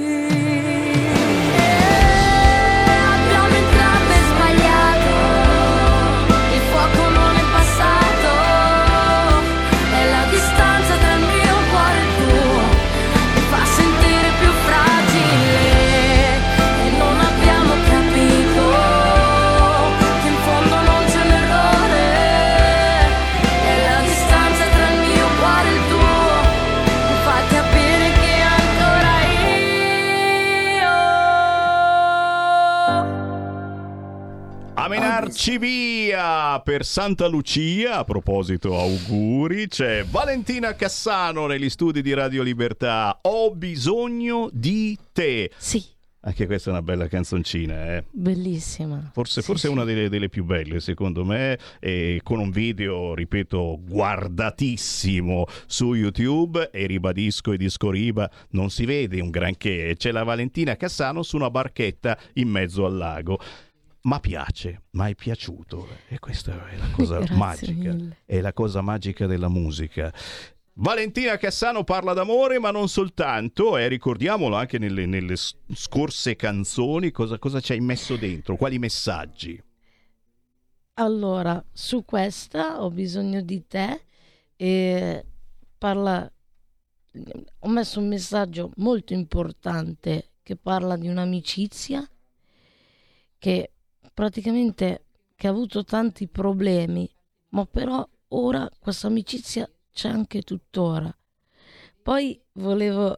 Menarci via per Santa Lucia. A proposito, auguri. C'è Valentina Cassano negli studi di Radio Libertà. Ho bisogno di te. Sì. Anche questa è una bella canzoncina, eh? Bellissima. Forse, sì, forse sì. una delle, delle più belle, secondo me, e con un video, ripeto, guardatissimo su YouTube. E ribadisco, e disco riba, non si vede un granché. C'è la Valentina Cassano su una barchetta in mezzo al lago. Ma piace, ma è piaciuto, e questa è la cosa Grazie magica, mille. È la cosa magica della musica. Valentina Cassano parla d'amore, ma non soltanto, e eh, ricordiamolo anche nelle, nelle scorse canzoni. Cosa, cosa ci hai messo dentro? Quali messaggi? Allora, su questa Ho bisogno di te, e parla, ho messo un messaggio molto importante che parla di un'amicizia che praticamente che ha avuto tanti problemi, ma però ora questa amicizia c'è anche tuttora. Poi volevo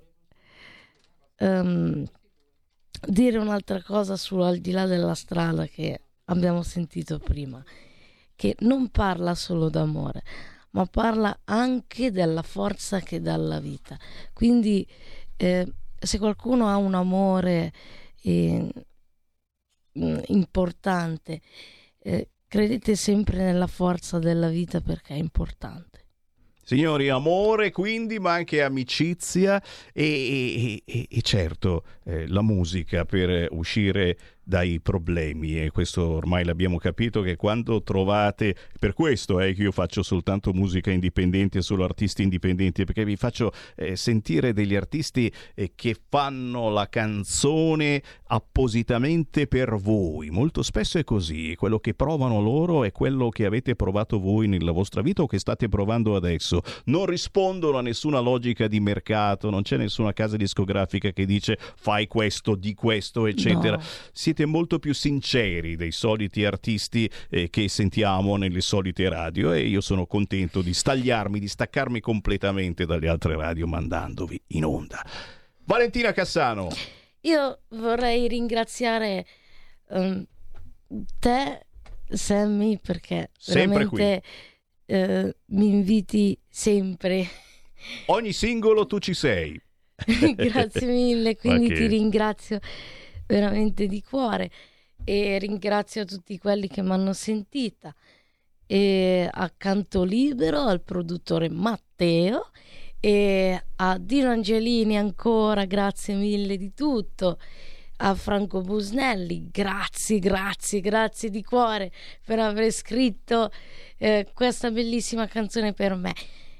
um, dire un'altra cosa su Al di là della strada che abbiamo sentito prima, che non parla solo d'amore, ma parla anche della forza che dà la vita. Quindi eh, se qualcuno ha un amore eh, mh, importante. Eh, credete sempre nella forza della vita perché è importante. Signori, amore quindi, ma anche amicizia e, e, e certo eh, la musica per uscire dai problemi, e questo ormai l'abbiamo capito, che quando trovate, per questo è eh, che io faccio soltanto musica indipendente, solo artisti indipendenti, perché vi faccio eh, sentire degli artisti eh, che fanno la canzone appositamente per voi. Molto spesso è così, quello che provano loro è quello che avete provato voi nella vostra vita o che state provando adesso. Non rispondono a nessuna logica di mercato, non c'è nessuna casa discografica che dice fai questo, di questo, eccetera. No. Siete molto più sinceri dei soliti artisti eh, che sentiamo nelle solite radio, e io sono contento di stagliarmi, di staccarmi completamente dalle altre radio mandandovi in onda. Valentina Cassano. Io vorrei ringraziare um, te, Sammy, perché sempre veramente uh, mi inviti sempre. Ogni singolo tu ci sei. Grazie mille, quindi che... ti ringrazio veramente di cuore, e ringrazio tutti quelli che mi hanno sentita, e a Canto Libero, al produttore Matteo, e a Dino Angelini ancora, grazie mille di tutto, a Franco Busnelli, grazie, grazie, grazie di cuore per aver scritto eh, questa bellissima canzone per me,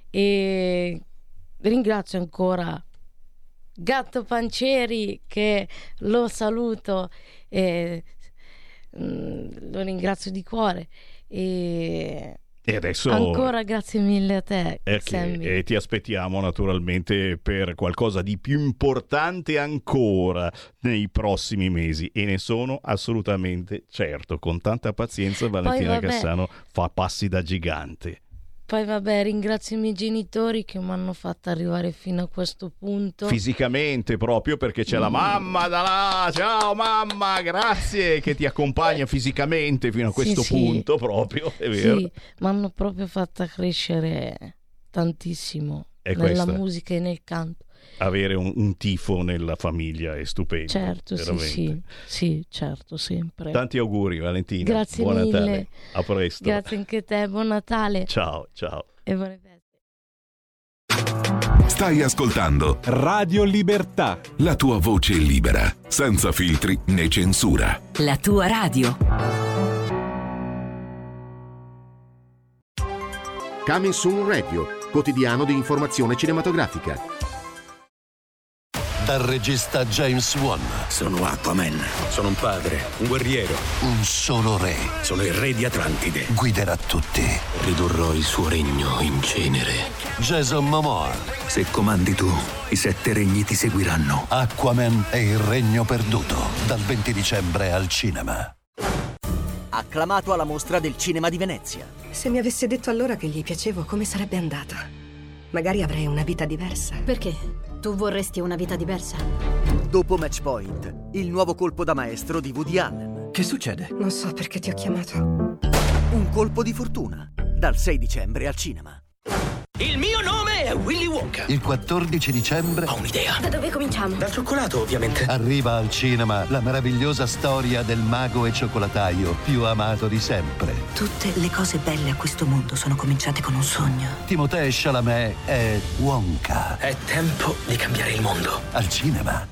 e ringrazio ancora Gatto Pancieri, che lo saluto e mh, lo ringrazio di cuore, e E adesso ancora grazie mille a te, e, Sammy. e ti aspettiamo naturalmente per qualcosa di più importante ancora nei prossimi mesi, e ne sono assolutamente certo. Con tanta pazienza Valentina Poi, Cassano fa passi da gigante. Poi vabbè, ringrazio i miei genitori che mi hanno fatto arrivare fino a questo punto. Fisicamente proprio, perché c'è mm. la mamma da là, ciao mamma, grazie, che ti accompagna fisicamente fino a questo sì, punto sì. proprio, è vero? Sì, mi hanno proprio fatta crescere tantissimo è nella questa. musica e nel canto. Avere un, un tifo nella famiglia è stupendo. Certo, sì, sì, sì, certo, sempre. Tanti auguri Valentina. Grazie buon mille. Natale. A presto. Grazie anche te, buon Natale. Ciao, ciao. E buone feste. Stai ascoltando Radio Libertà. La tua voce libera, senza filtri né censura. La tua radio. Coming Soon Radio, quotidiano di informazione cinematografica. Dal regista James Wan. Sono Aquaman. Sono un padre, un guerriero. Un solo re. Sono il re di Atlantide. Guiderà tutti. Ridurrò il suo regno in cenere. Jason Momoa. Se comandi tu, i sette regni ti seguiranno. Aquaman e il regno perduto. Dal venti dicembre al cinema. Acclamato alla Mostra del Cinema di Venezia. Se mi avesse detto allora che gli piacevo, come sarebbe andata? Magari avrei una vita diversa. Perché? Tu vorresti una vita diversa? Dopo Match Point, il nuovo colpo da maestro di Woody Allen. Che succede? Non so perché ti ho chiamato. Un colpo di fortuna. Dal sei dicembre al cinema. Il mio nome è Willy Wonka. Il quattordici dicembre. Ho un'idea. Da dove cominciamo? Dal cioccolato, ovviamente. Arriva al cinema la meravigliosa storia del mago e cioccolataio più amato di sempre. Tutte le cose belle a questo mondo sono cominciate con un sogno. Timothée Chalamet è Wonka. È tempo di cambiare il mondo. Al cinema.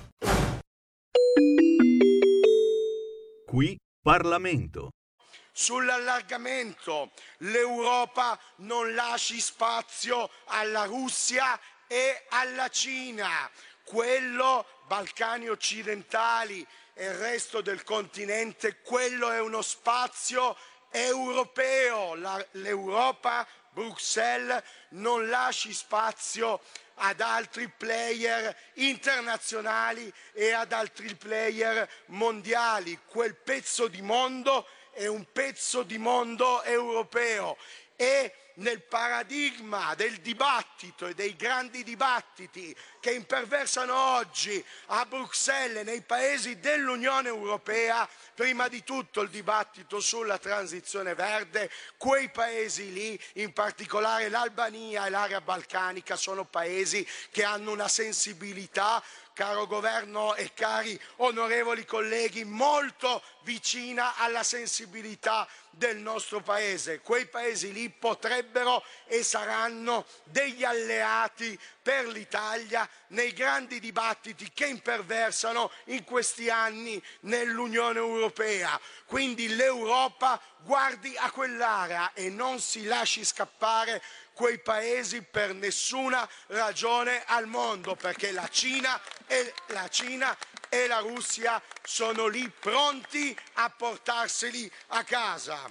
Qui Parlamento. Sull'allargamento l'Europa non lasci spazio alla Russia e alla Cina. Quello, Balcani occidentali e il resto del continente, quello è uno spazio europeo. La, L'Europa, Bruxelles, non lasci spazio ad altri player internazionali e ad altri player mondiali. Quel pezzo di mondo è un pezzo di mondo europeo, e nel paradigma del dibattito e dei grandi dibattiti che imperversano oggi a Bruxelles e nei paesi dell'Unione Europea, prima di tutto il dibattito sulla transizione verde, quei paesi lì, in particolare l'Albania e l'area balcanica, sono paesi che hanno una sensibilità caro governo e cari onorevoli colleghi, molto vicina alla sensibilità del nostro paese. Quei paesi lì potrebbero e saranno degli alleati per l'Italia nei grandi dibattiti che imperversano in questi anni nell'Unione Europea. Quindi l'Europa guardi a quell'area e non si lasci scappare quei paesi per nessuna ragione al mondo, perché la Cina e la Cina e la Russia sono lì pronti a portarseli a casa.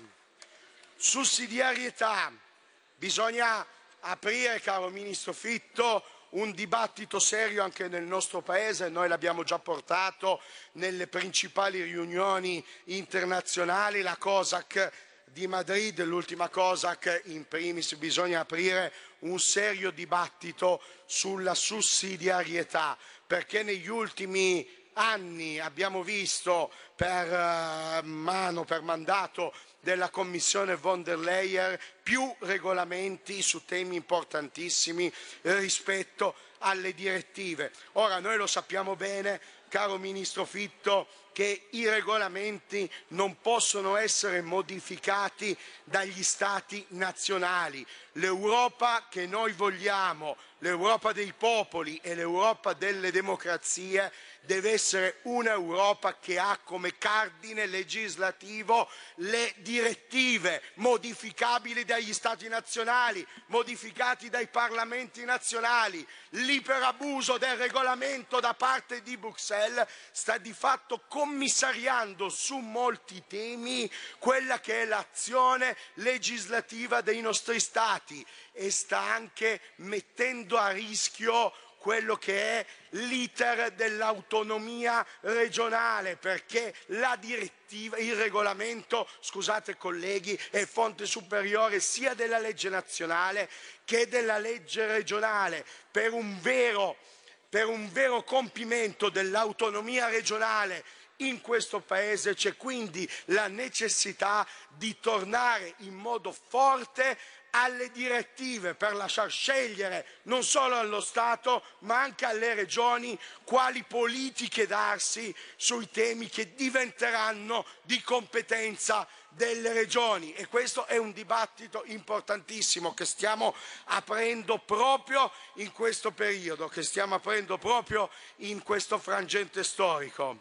Sussidiarietà. Bisogna aprire, caro Ministro Fitto, un dibattito serio anche nel nostro Paese. Noi l'abbiamo già portato nelle principali riunioni internazionali, la COSAC di Madrid, l'ultima COSAC in primis. Bisogna aprire un serio dibattito sulla sussidiarietà, perché negli ultimi anni abbiamo visto per uh, mano, per mandato della Commissione von der Leyen più regolamenti su temi importantissimi rispetto alle direttive. Ora noi lo sappiamo bene, caro Ministro Fitto, che i regolamenti non possono essere modificati dagli Stati nazionali. L'Europa che noi vogliamo, l'Europa dei popoli e l'Europa delle democrazie deve essere un'Europa che ha come cardine legislativo le direttive modificabili dagli Stati nazionali, modificati dai parlamenti nazionali. L'iperabuso del regolamento da parte di Bruxelles sta di fatto commissariando su molti temi quella che è l'azione legislativa dei nostri Stati e sta anche mettendo a rischio quello che è l'iter dell'autonomia regionale, perché la direttiva, il regolamento, scusate colleghi, è fonte superiore sia della legge nazionale che della legge regionale. Per un vero, per un vero compimento dell'autonomia regionale in questo Paese c'è quindi la necessità di tornare in modo forte alle direttive per lasciar scegliere non solo allo Stato ma anche alle regioni quali politiche darsi sui temi che diventeranno di competenza delle regioni. E questo è un dibattito importantissimo che stiamo aprendo proprio in questo periodo, che stiamo aprendo proprio in questo frangente storico.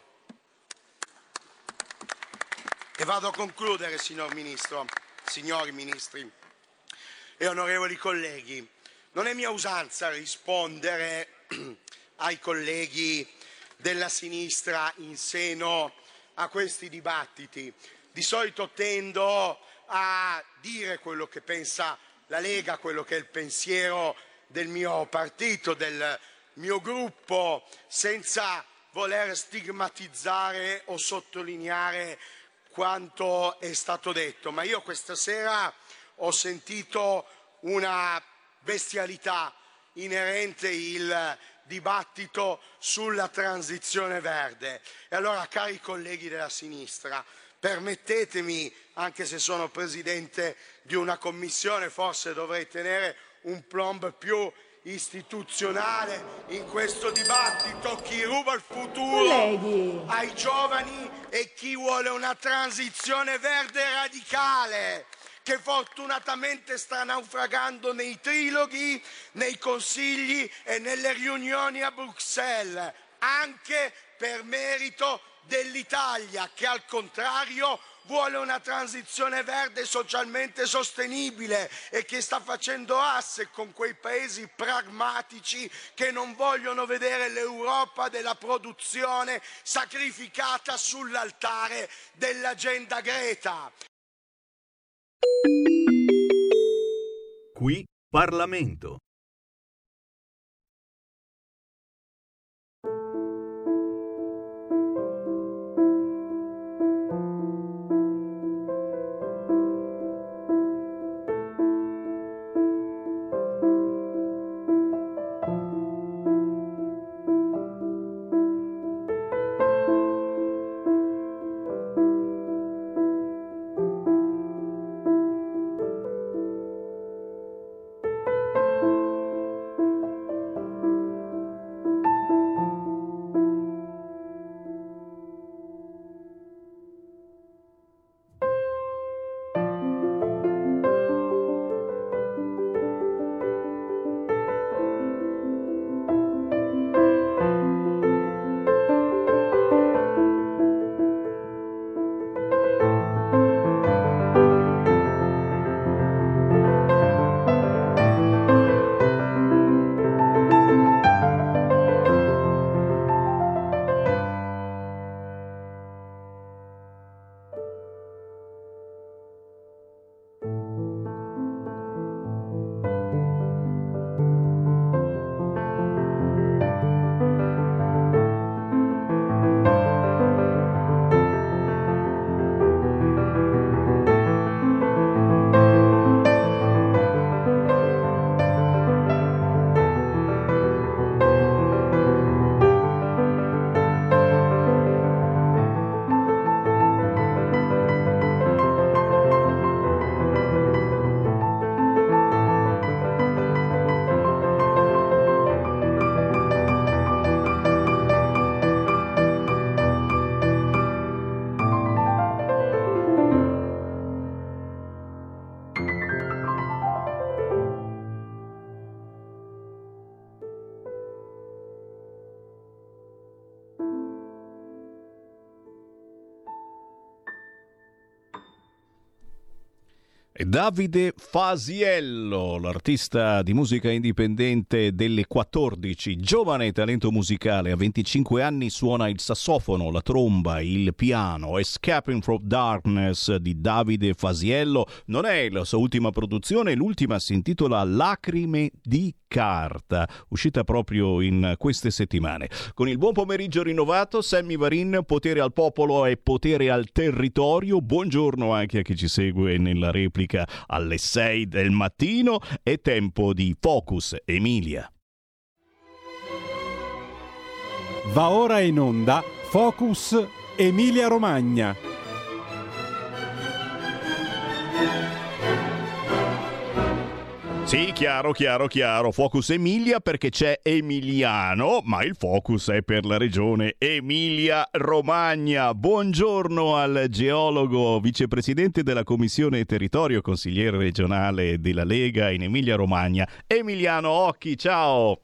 E vado a concludere, signor Ministro, signori Ministri e onorevoli colleghi. Non è mia usanza rispondere ai colleghi della sinistra in seno a questi dibattiti. Di solito tendo a dire quello che pensa la Lega, quello che è il pensiero del mio partito, del mio gruppo, senza voler stigmatizzare o sottolineare quanto è stato detto. Ma io questa sera ho sentito una bestialità inerente il dibattito sulla transizione verde. E allora, cari colleghi della sinistra, permettetemi, anche se sono presidente di una commissione, forse dovrei tenere un plomb più istituzionale in questo dibattito. Chi ruba il futuro colleghi ai giovani e chi vuole una transizione verde radicale, che fortunatamente sta naufragando nei triloghi, nei consigli e nelle riunioni a Bruxelles, anche per merito dell'Italia, che al contrario vuole una transizione verde socialmente sostenibile e che sta facendo asse con quei paesi pragmatici che non vogliono vedere l'Europa della produzione sacrificata sull'altare dell'agenda Greta. Qui Parlamento. Davide Fasiello, l'artista di musica indipendente delle quattordici, giovane talento musicale, a venticinque anni suona il sassofono, la tromba, il piano. Escaping from Darkness di Davide Fasiello non è la sua ultima produzione, l'ultima si intitola Lacrime di carta, uscita proprio in queste settimane. Con il buon pomeriggio rinnovato, Sammy Varin, potere al popolo e potere al territorio. Buongiorno anche a chi ci segue nella replica alle sei del mattino. È tempo di Focus Emilia. Va ora in onda Focus Emilia Romagna. Sì, chiaro, chiaro, chiaro. Focus Emilia perché c'è Emiliano, ma il focus è per la regione Emilia-Romagna. Buongiorno al geologo, vicepresidente della Commissione Territorio, consigliere regionale della Lega in Emilia-Romagna, Emiliano Occhi. Ciao.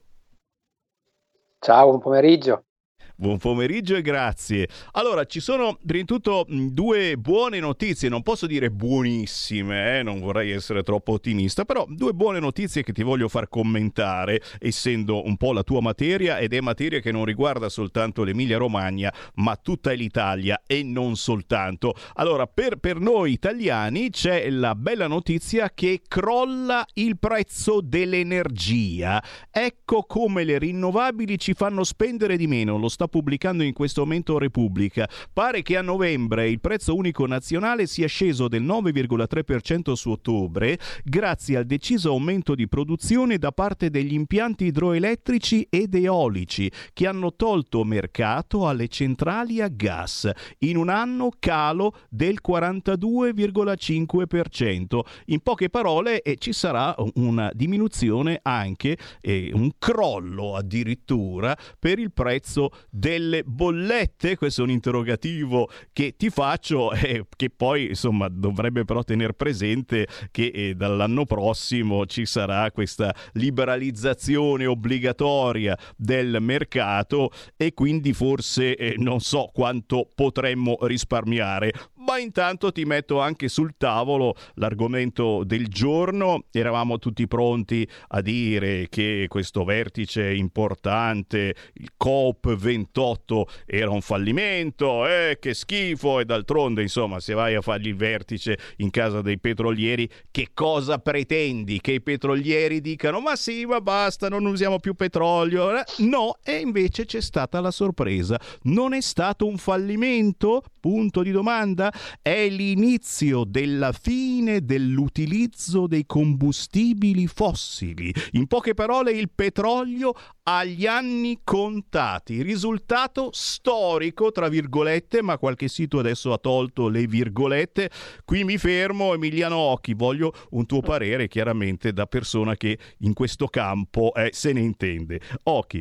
Ciao, buon pomeriggio. Buon pomeriggio e grazie. Allora, ci sono prima di tutto due buone notizie, non posso dire buonissime, eh? Non vorrei essere troppo ottimista, però due buone notizie che ti voglio far commentare, essendo un po' la tua materia, ed è materia che non riguarda soltanto l'Emilia-Romagna, ma tutta l'Italia e non soltanto. Allora, per, per noi italiani c'è la bella notizia che crolla il prezzo dell'energia. Ecco come le rinnovabili ci fanno spendere di meno, lo sta pubblicando in questo momento Repubblica. Pare che a novembre il prezzo unico nazionale sia sceso del nove virgola tre per cento su ottobre grazie al deciso aumento di produzione da parte degli impianti idroelettrici ed eolici che hanno tolto mercato alle centrali a gas. In un anno calo del quarantadue virgola cinque per cento. In poche parole eh, ci sarà una diminuzione anche, eh, un crollo addirittura per il prezzo delle bollette. Questo è un interrogativo che ti faccio, eh, che poi insomma dovrebbe però tener presente che eh, dall'anno prossimo ci sarà questa liberalizzazione obbligatoria del mercato e quindi forse eh, non so quanto potremmo risparmiare. Ma intanto ti metto anche sul tavolo l'argomento del giorno. Eravamo tutti pronti a dire che questo vertice importante, il COP ventotto, era un fallimento, eh, che schifo, e d'altronde insomma se vai a fargli il vertice in casa dei petrolieri, che cosa pretendi? Che i petrolieri dicano ma sì, ma basta, non usiamo più petrolio? No, e invece c'è stata la sorpresa. Non è stato un fallimento? Punto di domanda. È l'inizio della fine dell'utilizzo dei combustibili fossili. In poche parole, il petrolio ha gli anni contati. Risultato storico, tra virgolette, ma qualche sito adesso ha tolto le virgolette. Qui mi fermo. Emiliano Occhi, voglio un tuo parere, chiaramente da persona che in questo campo eh, se ne intende. Occhi.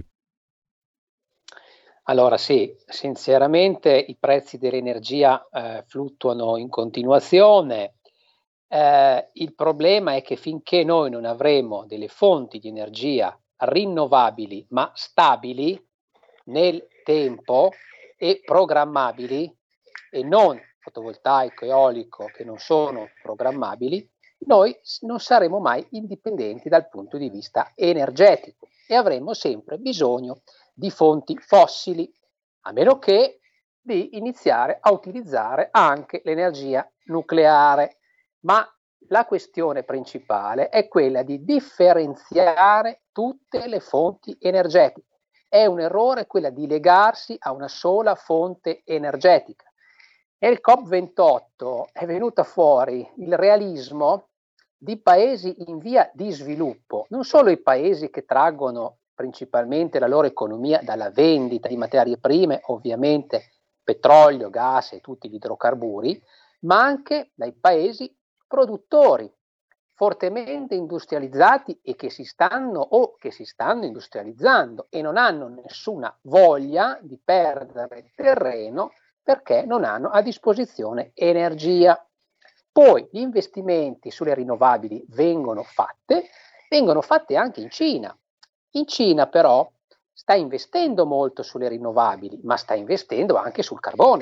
Allora sì, sinceramente i prezzi dell'energia eh, fluttuano in continuazione. Eh, il problema è che finché noi non avremo delle fonti di energia rinnovabili ma stabili nel tempo e programmabili, e non fotovoltaico e eolico che non sono programmabili, noi non saremo mai indipendenti dal punto di vista energetico e avremo sempre bisogno di fonti fossili, a meno che di iniziare a utilizzare anche l'energia nucleare. Ma la questione principale è quella di differenziare tutte le fonti energetiche. È un errore quella di legarsi a una sola fonte energetica. Nel COP ventotto è venuta fuori il realismo di paesi in via di sviluppo, non solo i paesi che traggono principalmente la loro economia dalla vendita di materie prime, ovviamente petrolio, gas e tutti gli idrocarburi, ma anche dai paesi produttori fortemente industrializzati e che si stanno o che si stanno industrializzando e non hanno nessuna voglia di perdere terreno perché non hanno a disposizione energia. Poi gli investimenti sulle rinnovabili vengono fatte, vengono fatte anche in Cina. In Cina però sta investendo molto sulle rinnovabili, ma sta investendo anche sul carbone.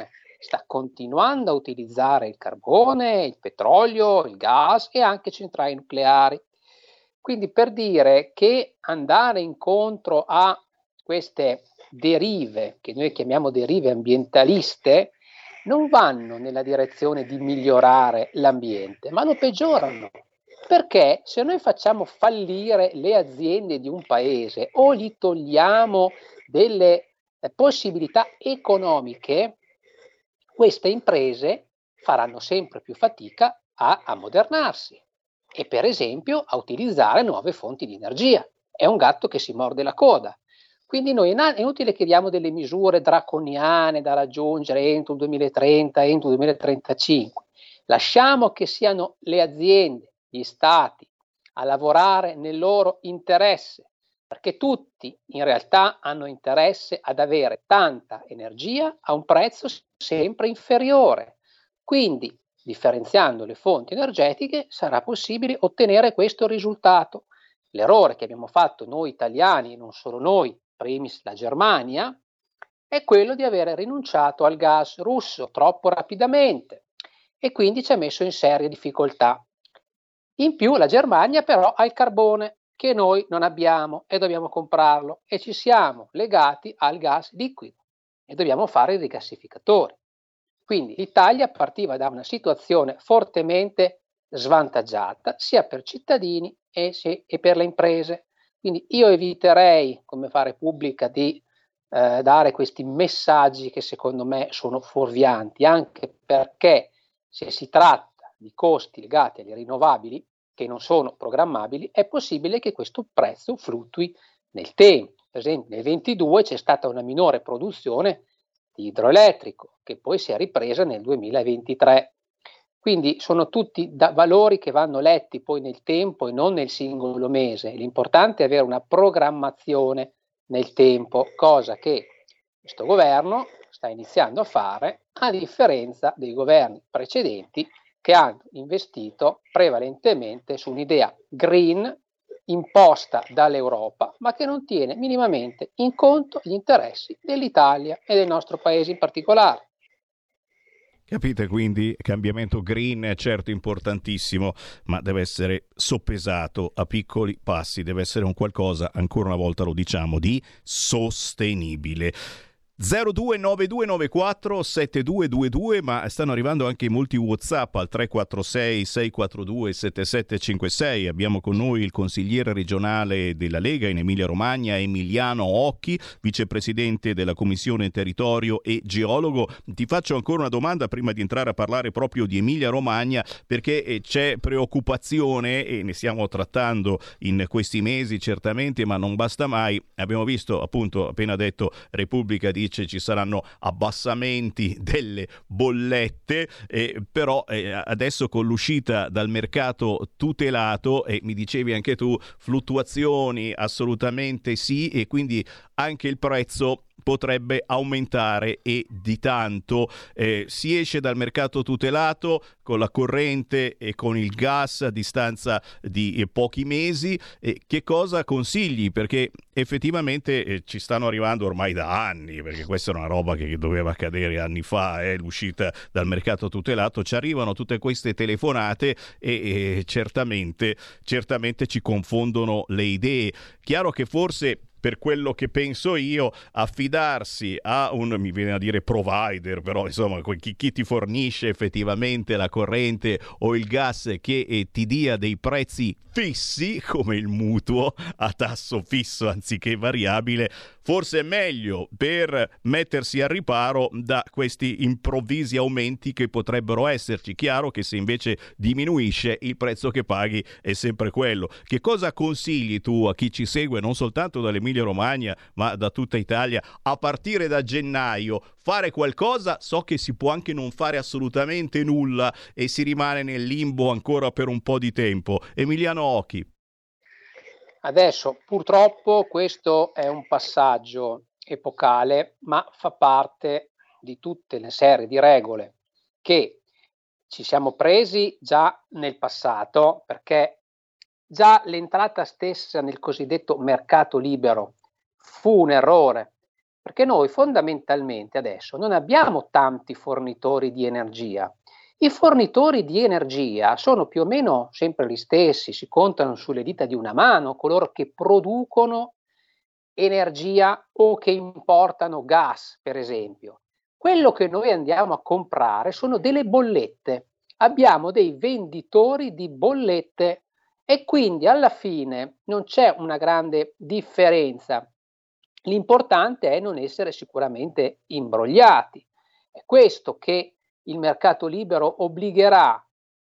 sta continuando a utilizzare il carbone, il petrolio, il gas e anche centrali nucleari. Quindi per dire che andare incontro a queste derive, che noi chiamiamo derive ambientaliste, non vanno nella direzione di migliorare l'ambiente, ma lo peggiorano. Perché se noi facciamo fallire le aziende di un paese o gli togliamo delle eh, possibilità economiche, queste imprese faranno sempre più fatica a ammodernarsi e per esempio a utilizzare nuove fonti di energia. È un gatto che si morde la coda. Quindi noi è inutile che diamo delle misure draconiane da raggiungere entro il duemilatrenta, entro il duemilatrentacinque. Lasciamo che siano le aziende, gli stati, a lavorare nel loro interesse, perché tutti in realtà hanno interesse ad avere tanta energia a un prezzo sempre inferiore. Quindi, differenziando le fonti energetiche, sarà possibile ottenere questo risultato. L'errore che abbiamo fatto noi italiani, e non solo noi, primis la Germania, è quello di aver rinunciato al gas russo troppo rapidamente e quindi ci ha messo in serie difficoltà. In più la Germania però ha il carbone che noi non abbiamo e dobbiamo comprarlo e ci siamo legati al gas liquido e dobbiamo fare i rigassificatori. Quindi l'Italia partiva da una situazione fortemente svantaggiata sia per cittadini e, se, e per le imprese. Quindi io eviterei, come fa Repubblica, di eh, dare questi messaggi che secondo me sono fuorvianti, anche perché se si tratta di costi legati alle rinnovabili che non sono programmabili, è possibile che questo prezzo fluttui nel tempo. Per esempio nel ventidue c'è stata una minore produzione di idroelettrico che poi si è ripresa nel duemilaventitré. Quindi sono tutti da valori che vanno letti poi nel tempo e non nel singolo mese. L'importante è avere una programmazione nel tempo, cosa che questo governo sta iniziando a fare, a differenza dei governi precedenti che hanno investito prevalentemente su un'idea green imposta dall'Europa, ma che non tiene minimamente in conto gli interessi dell'Italia e del nostro paese in particolare. Capite, quindi cambiamento green è certo importantissimo, ma deve essere soppesato a piccoli passi, deve essere un qualcosa, ancora una volta lo diciamo, di sostenibile. zero due nove due nove quattro sette due due due, ma stanno arrivando anche molti WhatsApp al tre quattro sei sei quattro due sette sette cinque sei. Abbiamo con noi il consigliere regionale della Lega in Emilia Romagna, Emiliano Occhi, vicepresidente della Commissione Territorio e geologo. Ti faccio ancora una domanda prima di entrare a parlare proprio di Emilia Romagna, perché c'è preoccupazione e ne stiamo trattando in questi mesi certamente, ma non basta mai. Abbiamo visto, appunto, appena detto Repubblica di ci saranno abbassamenti delle bollette, eh, però eh, adesso con l'uscita dal mercato tutelato, e eh, mi dicevi anche tu, fluttuazioni assolutamente sì, e quindi anche il prezzo potrebbe aumentare e di tanto. Eh, si esce dal mercato tutelato con la corrente e con il gas a distanza di eh, pochi mesi. Eh, che cosa consigli? Perché effettivamente eh, ci stanno arrivando ormai da anni, perché questa era una roba che doveva accadere anni fa, eh, l'uscita dal mercato tutelato. Ci arrivano tutte queste telefonate e eh, certamente, certamente ci confondono le idee. Chiaro che forse, per quello che penso io, affidarsi a un, mi viene a dire provider, però insomma chi, chi ti fornisce effettivamente la corrente o il gas che eh, ti dia dei prezzi fissi, come il mutuo a tasso fisso anziché variabile, forse è meglio per mettersi al riparo da questi improvvisi aumenti che potrebbero esserci. Chiaro che se invece diminuisce, il prezzo che paghi è sempre quello. Che cosa consigli tu a chi ci segue non soltanto dall'Emilia Romagna ma da tutta Italia a partire da gennaio? Fare qualcosa? So che si può anche non fare assolutamente nulla e si rimane nel limbo ancora per un po' di tempo. Emiliano Occhi. Adesso purtroppo questo è un passaggio epocale, ma fa parte di tutte le serie di regole che ci siamo presi già nel passato, perché già l'entrata stessa nel cosiddetto mercato libero fu un errore, Perché noi fondamentalmente adesso non abbiamo tanti fornitori di energia. I fornitori di energia sono più o meno sempre gli stessi, si contano sulle dita di una mano coloro che producono energia o che importano gas, per esempio. Quello che noi andiamo a comprare sono delle bollette. Abbiamo dei venditori di bollette e quindi alla fine non c'è una grande differenza. L'importante è non essere sicuramente imbrogliati. È questo che il mercato libero obbligherà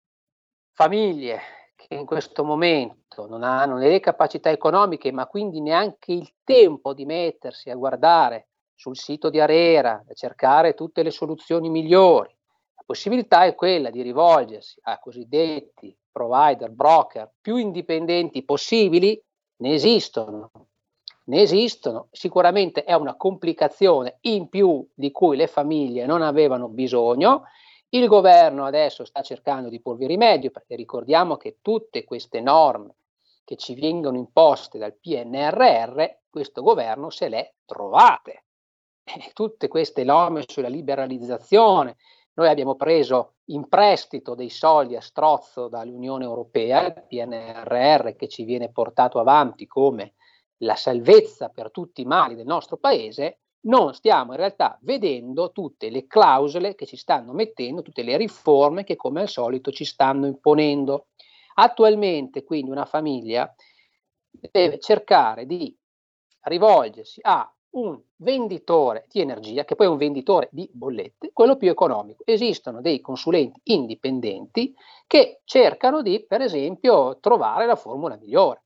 famiglie che in questo momento non hanno né le capacità economiche, ma quindi neanche il tempo di mettersi a guardare sul sito di ARERA, a cercare tutte le soluzioni migliori. La possibilità è quella di rivolgersi a cosiddetti provider, broker più indipendenti possibili. Ne esistono, ne esistono, sicuramente è una complicazione in più di cui le famiglie non avevano bisogno. Il governo adesso sta cercando di porvi rimedio, perché ricordiamo che tutte queste norme che ci vengono imposte dal P N R R, questo governo se le è trovate. E tutte queste norme sulla liberalizzazione, noi abbiamo preso in prestito dei soldi a strozzo dall'Unione Europea, il P N R R che ci viene portato avanti come la salvezza per tutti i mali del nostro paese. Non stiamo in realtà vedendo tutte le clausole che ci stanno mettendo, tutte le riforme che come al solito ci stanno imponendo. Attualmente quindi una famiglia deve cercare di rivolgersi a un venditore di energia, che poi è un venditore di bollette, quello più economico. Esistono dei consulenti indipendenti che cercano di, per esempio, trovare la formula migliore,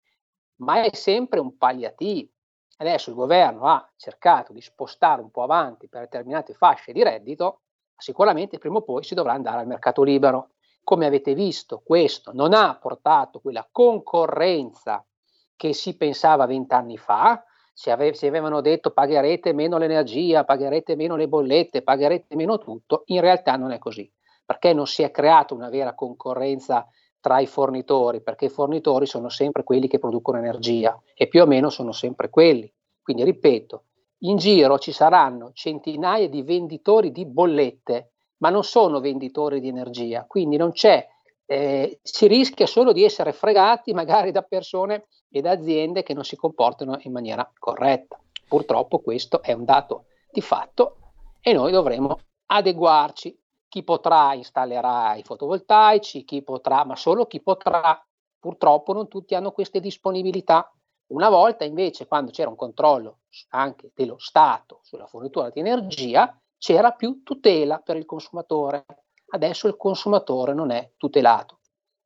ma è sempre un palliativo. Adesso il governo ha cercato di spostare un po' avanti per determinate fasce di reddito, sicuramente prima o poi si dovrà andare al mercato libero. Come avete visto, questo non ha portato quella concorrenza che si pensava vent'anni fa. Si, ave- si avevano detto pagherete meno l'energia, pagherete meno le bollette, pagherete meno tutto. In realtà non è così, perché non si è creata una vera concorrenza tra i fornitori, perché i fornitori sono sempre quelli che producono energia e più o meno sono sempre quelli. Quindi ripeto, in giro ci saranno centinaia di venditori di bollette, ma non sono venditori di energia, quindi non c'è, eh, si rischia solo di essere fregati magari da persone e da aziende che non si comportano in maniera corretta. Purtroppo questo è un dato di fatto e noi dovremo adeguarci. Chi potrà installerà i fotovoltaici, chi potrà, ma solo chi potrà. Purtroppo non tutti hanno queste disponibilità. Una volta invece, quando c'era un controllo anche dello Stato sulla fornitura di energia, c'era più tutela per il consumatore. Adesso il consumatore non è tutelato.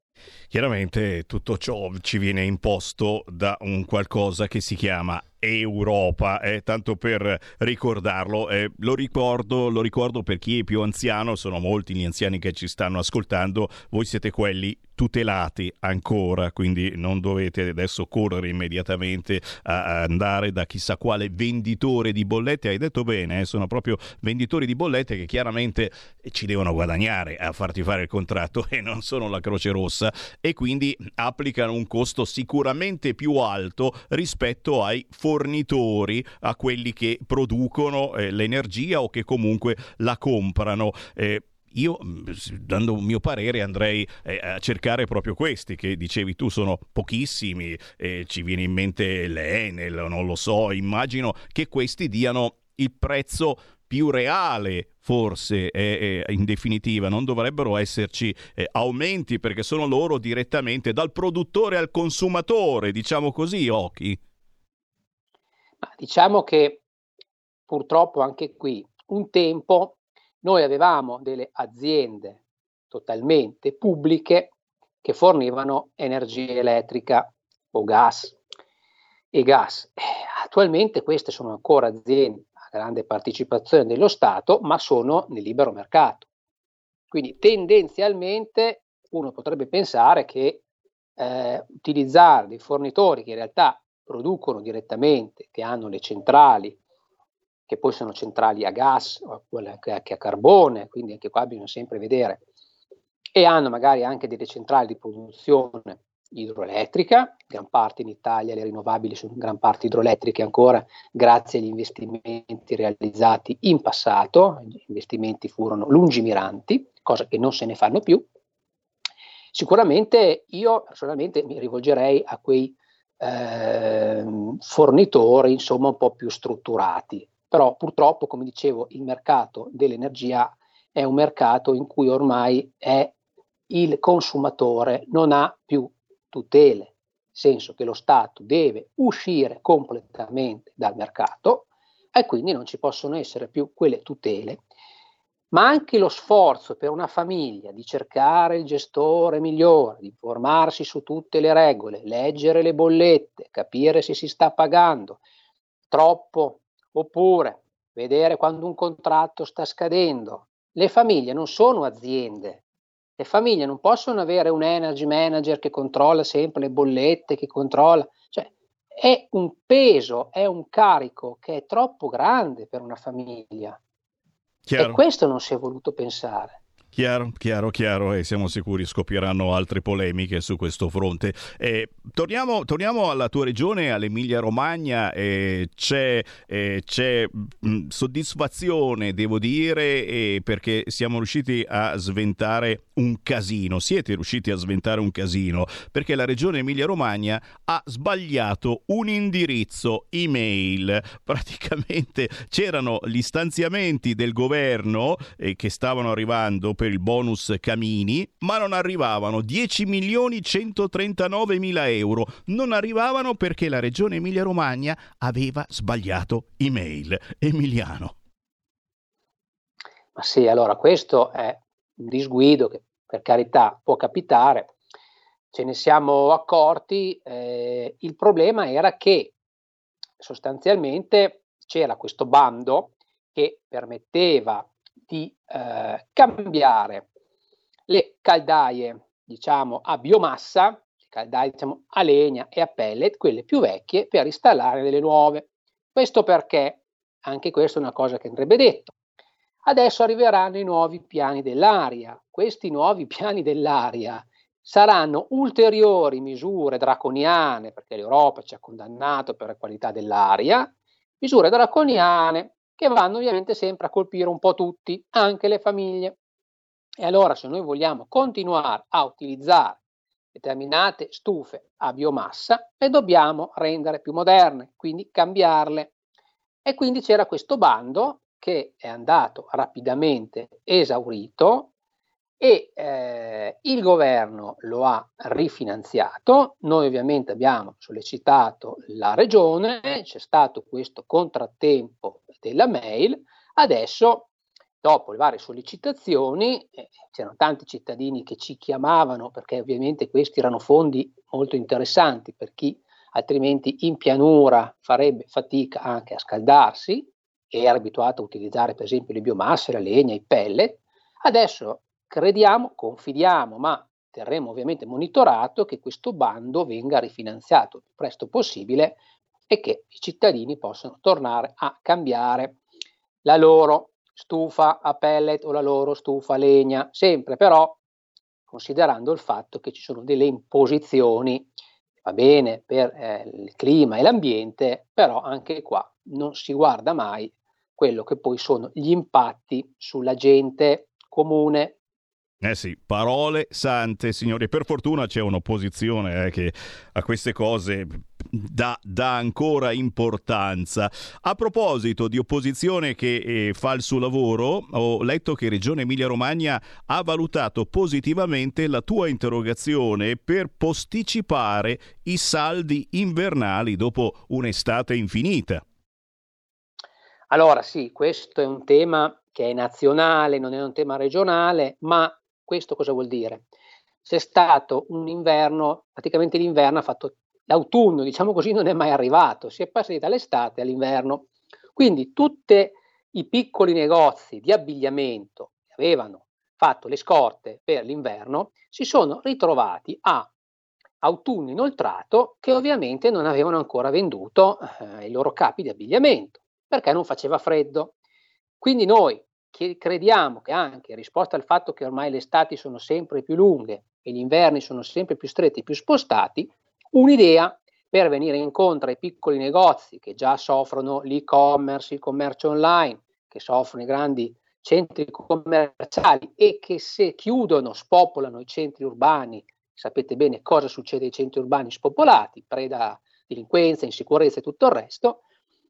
Chiaramente tutto ciò ci viene imposto da un qualcosa che si chiama Europa, eh, tanto per ricordarlo, eh, lo ricordo, lo ricordo per chi è più anziano, sono molti gli anziani che ci stanno ascoltando, voi siete quelli tutelati ancora, quindi non dovete adesso correre immediatamente a andare da chissà quale venditore di bollette. Hai detto bene, eh, sono proprio venditori di bollette che chiaramente ci devono guadagnare a farti fare il contratto e non sono la Croce Rossa, e quindi applicano un costo sicuramente più alto rispetto ai fornitori, a quelli che producono eh, l'energia o che comunque la comprano. Eh, Io, dando un mio parere, andrei eh, a cercare proprio questi, che dicevi tu sono pochissimi, eh, ci viene in mente l'Enel, non lo so, immagino che questi diano il prezzo più reale, forse, eh, eh, in definitiva, non dovrebbero esserci eh, aumenti, perché sono loro direttamente dal produttore al consumatore, diciamo così, Oki. Ma diciamo che purtroppo anche qui, un tempo, noi avevamo delle aziende totalmente pubbliche che fornivano energia elettrica o gas e gas. Attualmente queste sono ancora aziende a grande partecipazione dello Stato, ma sono nel libero mercato. Quindi tendenzialmente uno potrebbe pensare che eh, utilizzare dei fornitori che in realtà producono direttamente, che hanno le centrali, che poi sono centrali a gas o anche a carbone, quindi anche qua bisogna sempre vedere, e hanno magari anche delle centrali di produzione idroelettrica, gran parte in Italia le rinnovabili sono in gran parte idroelettriche ancora grazie agli investimenti realizzati in passato, gli investimenti furono lungimiranti, cosa che non se ne fanno più. Sicuramente io personalmente mi rivolgerei a quei eh, fornitori insomma un po' più strutturati, però purtroppo, come dicevo, il mercato dell'energia è un mercato in cui ormai è il consumatore non ha più tutele, nel senso che lo Stato deve uscire completamente dal mercato e quindi non ci possono essere più quelle tutele, ma anche lo sforzo per una famiglia di cercare il gestore migliore, di informarsi su tutte le regole, leggere le bollette, capire se si sta pagando troppo oppure vedere quando un contratto sta scadendo. Le famiglie non sono aziende. Le famiglie non possono avere un energy manager che controlla sempre le bollette, che controlla, cioè è un peso, è un carico che è troppo grande per una famiglia. Chiaro. E questo non si è voluto pensare. Chiaro, chiaro, chiaro, e siamo sicuri scoppieranno altre polemiche su questo fronte. Eh, torniamo, torniamo alla tua regione, all'Emilia Romagna. Eh, c'è eh, c'è mh, soddisfazione, devo dire, eh, perché siamo riusciti a sventare un casino. Siete riusciti a sventare un casino perché la regione Emilia Romagna ha sbagliato un indirizzo email. Praticamente c'erano gli stanziamenti del governo eh, che stavano arrivando per il bonus Camini, ma non arrivavano. Dieci milioni centotrentanove mila euro non arrivavano perché la regione Emilia Romagna aveva sbagliato email. Emiliano. Ma sì, allora questo è un disguido che per carità può capitare, ce ne siamo accorti. Eh, il problema era che sostanzialmente c'era questo bando che permetteva di eh, cambiare le caldaie, diciamo, a biomassa, le caldaie, diciamo, a legna e a pellet, quelle più vecchie, per installare delle nuove. Questo perché, anche questa è una cosa che andrebbe detto, adesso arriveranno i nuovi piani dell'aria. Questi nuovi piani dell'aria saranno ulteriori misure draconiane, perché l'Europa ci ha condannato per la qualità dell'aria, misure draconiane che vanno ovviamente sempre a colpire un po' tutti, anche le famiglie. E allora se noi vogliamo continuare a utilizzare determinate stufe a biomassa, le dobbiamo rendere più moderne, quindi cambiarle. E quindi c'era questo bando che è andato rapidamente esaurito e eh, il governo lo ha rifinanziato. Noi ovviamente abbiamo sollecitato la regione, c'è stato questo contrattempo della mail. Adesso, dopo le varie sollecitazioni, eh, c'erano tanti cittadini che ci chiamavano perché ovviamente questi erano fondi molto interessanti per chi altrimenti in pianura farebbe fatica anche a scaldarsi e era abituato a utilizzare per esempio le biomasse, la legna, i pellet. Adesso crediamo, confidiamo, ma terremo ovviamente monitorato che questo bando venga rifinanziato il più presto possibile e che i cittadini possano tornare a cambiare la loro stufa a pellet o la loro stufa a legna, sempre però considerando il fatto che ci sono delle imposizioni, va bene per eh, il clima e l'ambiente, però anche qua non si guarda mai quello che poi sono gli impatti sulla gente comune. Eh sì, parole sante, signori. Per fortuna c'è un'opposizione eh, che a queste cose dà, dà ancora importanza. A proposito di opposizione che eh, fa il suo lavoro, ho letto che Regione Emilia-Romagna ha valutato positivamente la tua interrogazione per posticipare i saldi invernali dopo un'estate infinita. Allora sì, questo è un tema che è nazionale, non è un tema regionale, ma questo cosa vuol dire? C'è stato un inverno, praticamente l'inverno ha fatto, l'autunno diciamo così non è mai arrivato, si è passati dall'estate all'inverno, quindi tutti i piccoli negozi di abbigliamento che avevano fatto le scorte per l'inverno si sono ritrovati a autunno inoltrato che ovviamente non avevano ancora venduto eh, i loro capi di abbigliamento perché non faceva freddo. Quindi noi che crediamo che anche in risposta al fatto che ormai le estati sono sempre più lunghe e gli inverni sono sempre più stretti e più spostati, un'idea per venire incontro ai piccoli negozi che già soffrono l'e-commerce, il commercio online, che soffrono i grandi centri commerciali e che se chiudono spopolano i centri urbani. Sapete bene cosa succede ai centri urbani spopolati, preda delinquenza, insicurezza e tutto il resto.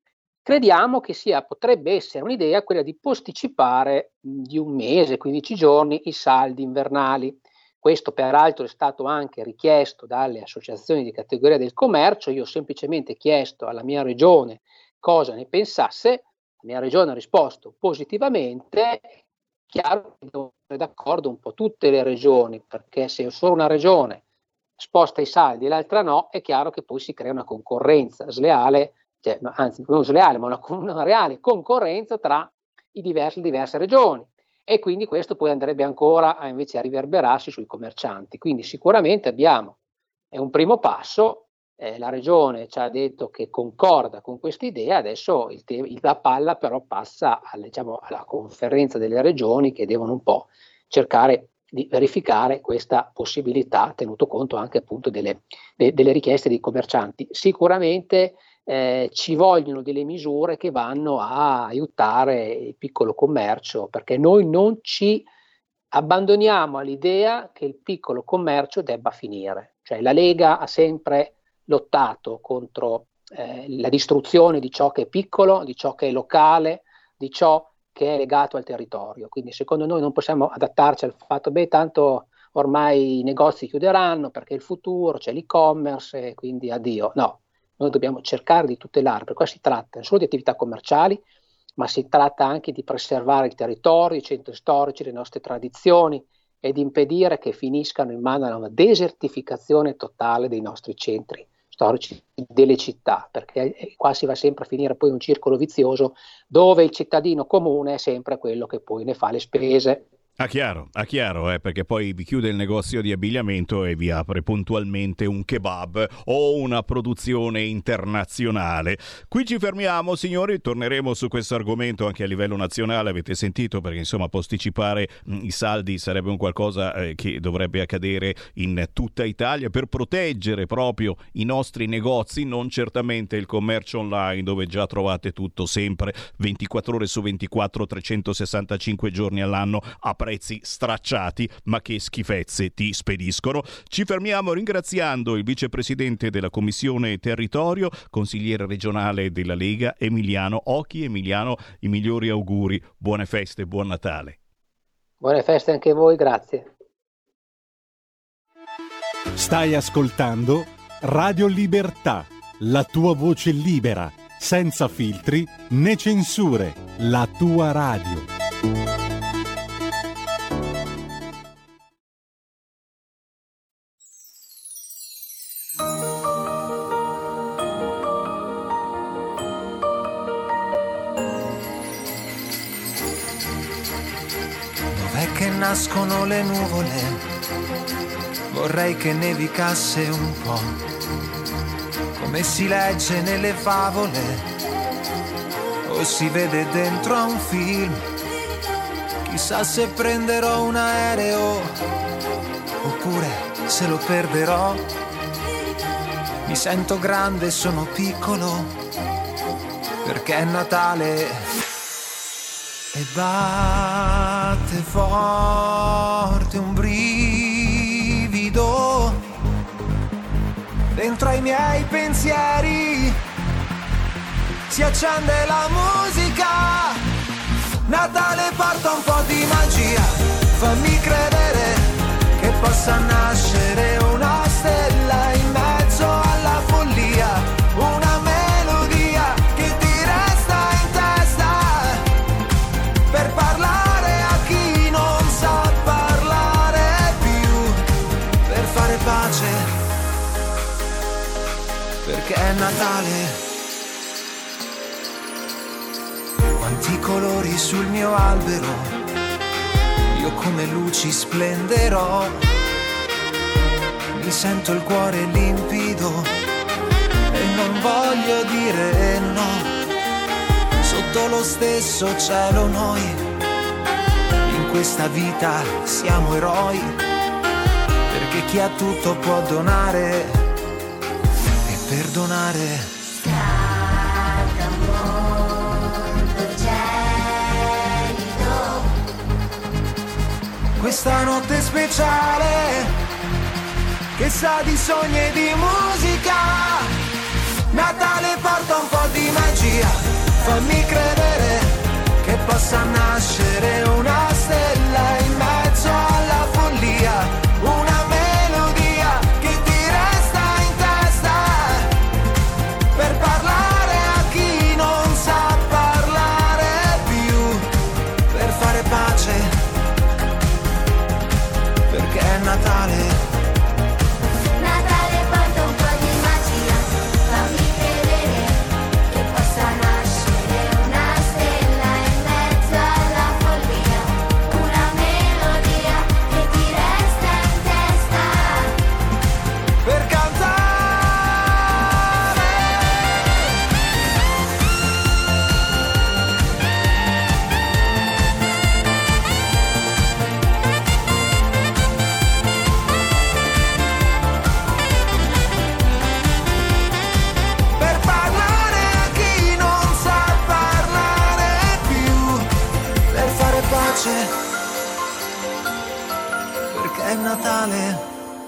Crediamo che sia, potrebbe essere un'idea quella di posticipare di un mese, quindici giorni, i saldi invernali. Questo peraltro è stato anche richiesto dalle associazioni di categoria del commercio. Io ho semplicemente chiesto alla mia regione cosa ne pensasse, la mia regione ha risposto positivamente. Chiaro che devono essere d'accordo un po' tutte le regioni, perché se solo una regione sposta i saldi e l'altra no, è chiaro che poi si crea una concorrenza sleale, cioè, anzi non sleale, ma una, una reale concorrenza tra i diversi, le diverse regioni, e quindi questo poi andrebbe ancora a, invece a riverberarsi sui commercianti. Quindi sicuramente abbiamo, è un primo passo, eh, la regione ci ha detto che concorda con questa idea, adesso il te- la palla però passa al, diciamo, alla conferenza delle regioni, che devono un po' cercare di verificare questa possibilità, tenuto conto anche appunto delle, de, delle richieste dei commercianti. Sicuramente eh, ci vogliono delle misure che vanno a aiutare il piccolo commercio, perché noi non ci abbandoniamo all'idea che il piccolo commercio debba finire. Cioè la Lega ha sempre lottato contro eh, la distruzione di ciò che è piccolo, di ciò che è locale, di ciò che è legato al territorio. Quindi secondo noi non possiamo adattarci al fatto, beh, tanto ormai i negozi chiuderanno perché il futuro, c'è l'e-commerce, e quindi addio. No, noi dobbiamo cercare di tutelare, per qua si tratta non solo di attività commerciali, ma si tratta anche di preservare il territorio, i centri storici, le nostre tradizioni, e di impedire che finiscano in mano a una desertificazione totale dei nostri centri storici, delle città, perché qua si va sempre a finire poi un circolo vizioso dove il cittadino comune è sempre quello che poi ne fa le spese. Ah, chiaro, ah, chiaro, eh, perché poi vi chiude il negozio di abbigliamento e vi apre puntualmente un kebab o una produzione internazionale. Qui ci fermiamo, signori, torneremo su questo argomento anche a livello nazionale, avete sentito, perché insomma posticipare mh, i saldi sarebbe un qualcosa eh, che dovrebbe accadere in tutta Italia per proteggere proprio i nostri negozi, non certamente il commercio online dove già trovate tutto sempre ventiquattro ore su ventiquattro, trecentosessantacinque giorni all'anno a prezzi stracciati, ma che schifezze ti spediscono. Ci fermiamo ringraziando il vicepresidente della Commissione Territorio, consigliere regionale della Lega, Emiliano Occhi. Emiliano, i migliori auguri, buone feste, buon Natale. Buone feste anche a voi, grazie. Stai ascoltando Radio Libertà, la tua voce libera, senza filtri né censure, la tua radio. Nascono le nuvole, vorrei che nevicasse un po', come si legge nelle favole o si vede dentro a un film. Chissà se prenderò un aereo oppure se lo perderò. Mi sento grande, sono piccolo, perché è Natale e batte forte un brivido dentro ai miei pensieri. Si accende la musica, Natale porta un po' di magia. Fammi credere che possa nascere una stella in mezzo alla follia, una melodia che ti resta in testa per parlare a chi non sa parlare più, per fare pace, perché è Natale. Quanti colori sul mio albero, io come luci splenderò. Mi sento il cuore limpido e non voglio dire no. Sotto lo stesso cielo noi, in questa vita siamo eroi, perché che chi ha tutto può donare e perdonare. Scalda un mondo gelido. Questa notte speciale che sa di sogni e di musica. Natale porta un po' di magia, fammi credere che possa nascere una stella in mezzo alla follia, una melodia che ti resta in testa, per parlare a chi non sa parlare più, per fare pace, perché è Natale. Perché è Natale.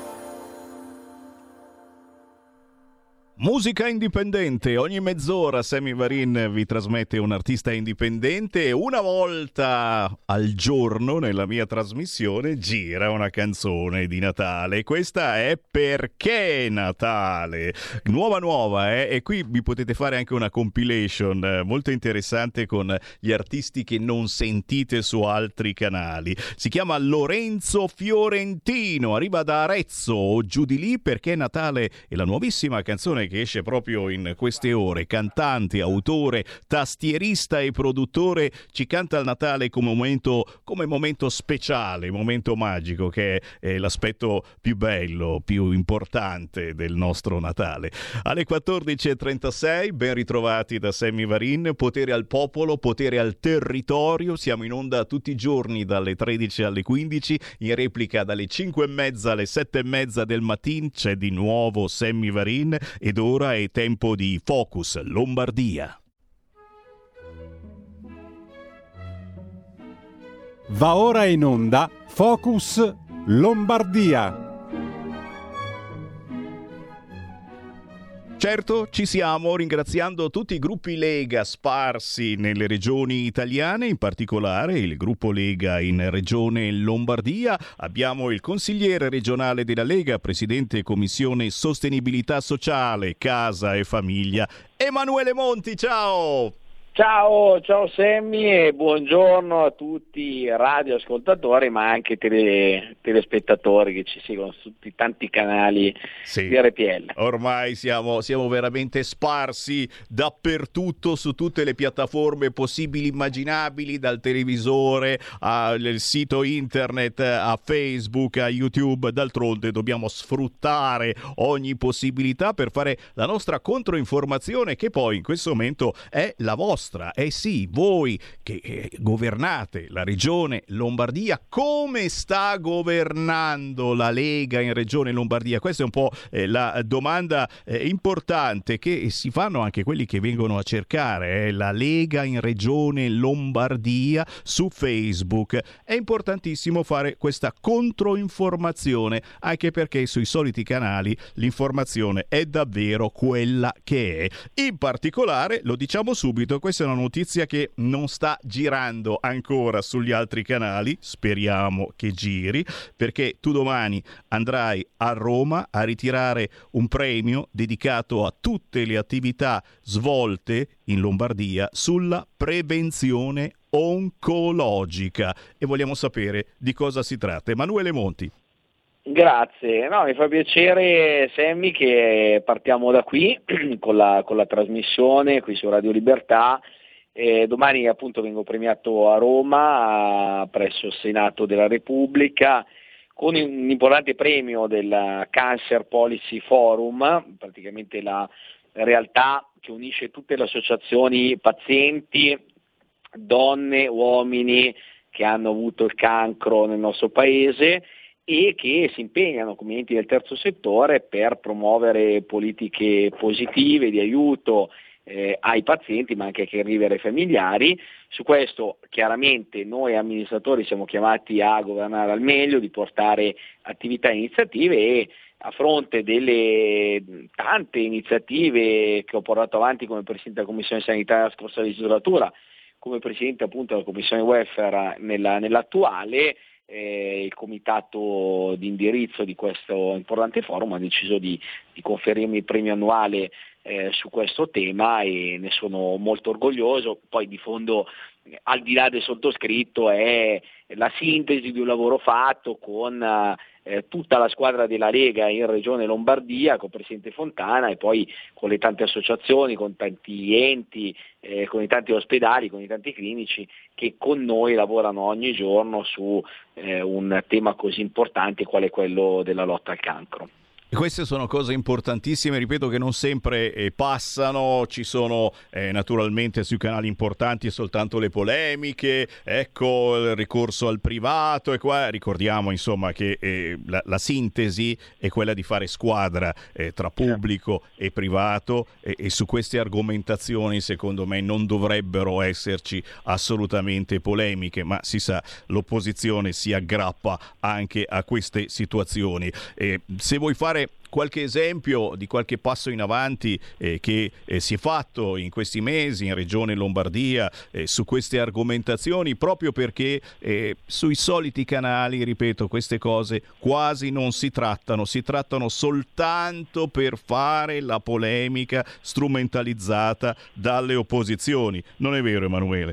Musica indipendente, ogni mezz'ora Sammy Varin vi trasmette un artista indipendente. Una volta al giorno nella mia trasmissione gira una canzone di Natale. Questa è Perché Natale, nuova nuova eh? E qui vi potete fare anche una compilation eh, molto interessante con gli artisti che non sentite su altri canali. Si chiama Lorenzo Fiorentino, arriva da Arezzo o giù di lì. Perché Natale è la nuovissima canzone che esce proprio in queste ore. Cantante, autore, tastierista e produttore, ci canta il Natale come momento, come momento speciale, momento magico, che è l'aspetto più bello, più importante del nostro Natale. Alle quattordici e trentasei, ben ritrovati da Sammy Varin. Potere al popolo, potere al territorio. Siamo in onda tutti i giorni dalle tredici alle quindici, in replica dalle cinque e mezza alle sette e mezza del mattino. C'è di nuovo Sammy Varin ed ora è tempo di Focus Lombardia. Va ora in onda Focus Lombardia. Certo, ci siamo, ringraziando tutti i gruppi Lega sparsi nelle regioni italiane, in particolare il gruppo Lega in regione Lombardia. Abbiamo il consigliere regionale della Lega, presidente Commissione Sostenibilità Sociale, Casa e Famiglia, Emanuele Monti. Ciao! Ciao, ciao Sammy e buongiorno a tutti i radioascoltatori ma anche tele, telespettatori che ci seguono su tutti tanti canali sì. di R P L. Ormai siamo, siamo veramente sparsi dappertutto, su tutte le piattaforme possibili e immaginabili, dal televisore al sito internet, a Facebook, a YouTube. D'altronde dobbiamo sfruttare ogni possibilità per fare la nostra controinformazione, che poi in questo momento è la vostra. Eh sì, voi che eh, governate la regione Lombardia, come sta governando la Lega in regione Lombardia? Questa è un po' eh, la domanda eh, importante che si fanno anche quelli che vengono a cercare eh, la Lega in regione Lombardia su Facebook. È importantissimo fare questa controinformazione, anche perché sui soliti canali l'informazione è davvero quella che è. In particolare, lo diciamo subito, questa è una notizia che non sta girando ancora sugli altri canali, speriamo che giri, perché tu domani andrai a Roma a ritirare un premio dedicato a tutte le attività svolte in Lombardia sulla prevenzione oncologica e vogliamo sapere di cosa si tratta. Emanuele Monti. Grazie, no, mi fa piacere Sammy che partiamo da qui con la, con la trasmissione qui su Radio Libertà. Eh, domani appunto vengo premiato a Roma presso il Senato della Repubblica con un importante premio del Cancer Policy Forum, praticamente la realtà che unisce tutte le associazioni pazienti, donne, uomini che hanno avuto il cancro nel nostro paese. e che si impegnano come enti del terzo settore per promuovere politiche positive di aiuto eh, ai pazienti, ma anche ai caregiver e familiari. Su questo chiaramente noi amministratori siamo chiamati a governare al meglio, di portare attività e iniziative, e a fronte delle tante iniziative che ho portato avanti come Presidente della Commissione Sanità nella scorsa legislatura, come Presidente appunto della Commissione Welfare nella, nell'attuale, eh, il comitato di indirizzo di questo importante forum ha deciso di, di conferirmi il premio annuale eh, su questo tema, e ne sono molto orgoglioso. Poi di fondo, al di là del sottoscritto, è la sintesi di un lavoro fatto con eh, tutta la squadra della Lega in Regione Lombardia, con il Presidente Fontana, e poi con le tante associazioni, con tanti enti, eh, con i tanti ospedali, con i tanti clinici che con noi lavorano ogni giorno su eh, un tema così importante quale quello della lotta al cancro. E queste sono cose importantissime, ripeto, che non sempre eh, passano. Ci sono eh, naturalmente sui canali importanti soltanto le polemiche, ecco il ricorso al privato, e qua ricordiamo insomma che eh, la, la sintesi è quella di fare squadra eh, tra pubblico e privato, e, e su queste argomentazioni secondo me non dovrebbero esserci assolutamente polemiche, ma si sa, l'opposizione si aggrappa anche a queste situazioni. Eh, se vuoi fare qualche esempio di qualche passo in avanti eh, che eh, si è fatto in questi mesi in Regione Lombardia eh, su queste argomentazioni, proprio perché eh, sui soliti canali, ripeto, queste cose quasi non si trattano, si trattano soltanto per fare la polemica strumentalizzata dalle opposizioni. Non è vero, Emanuele?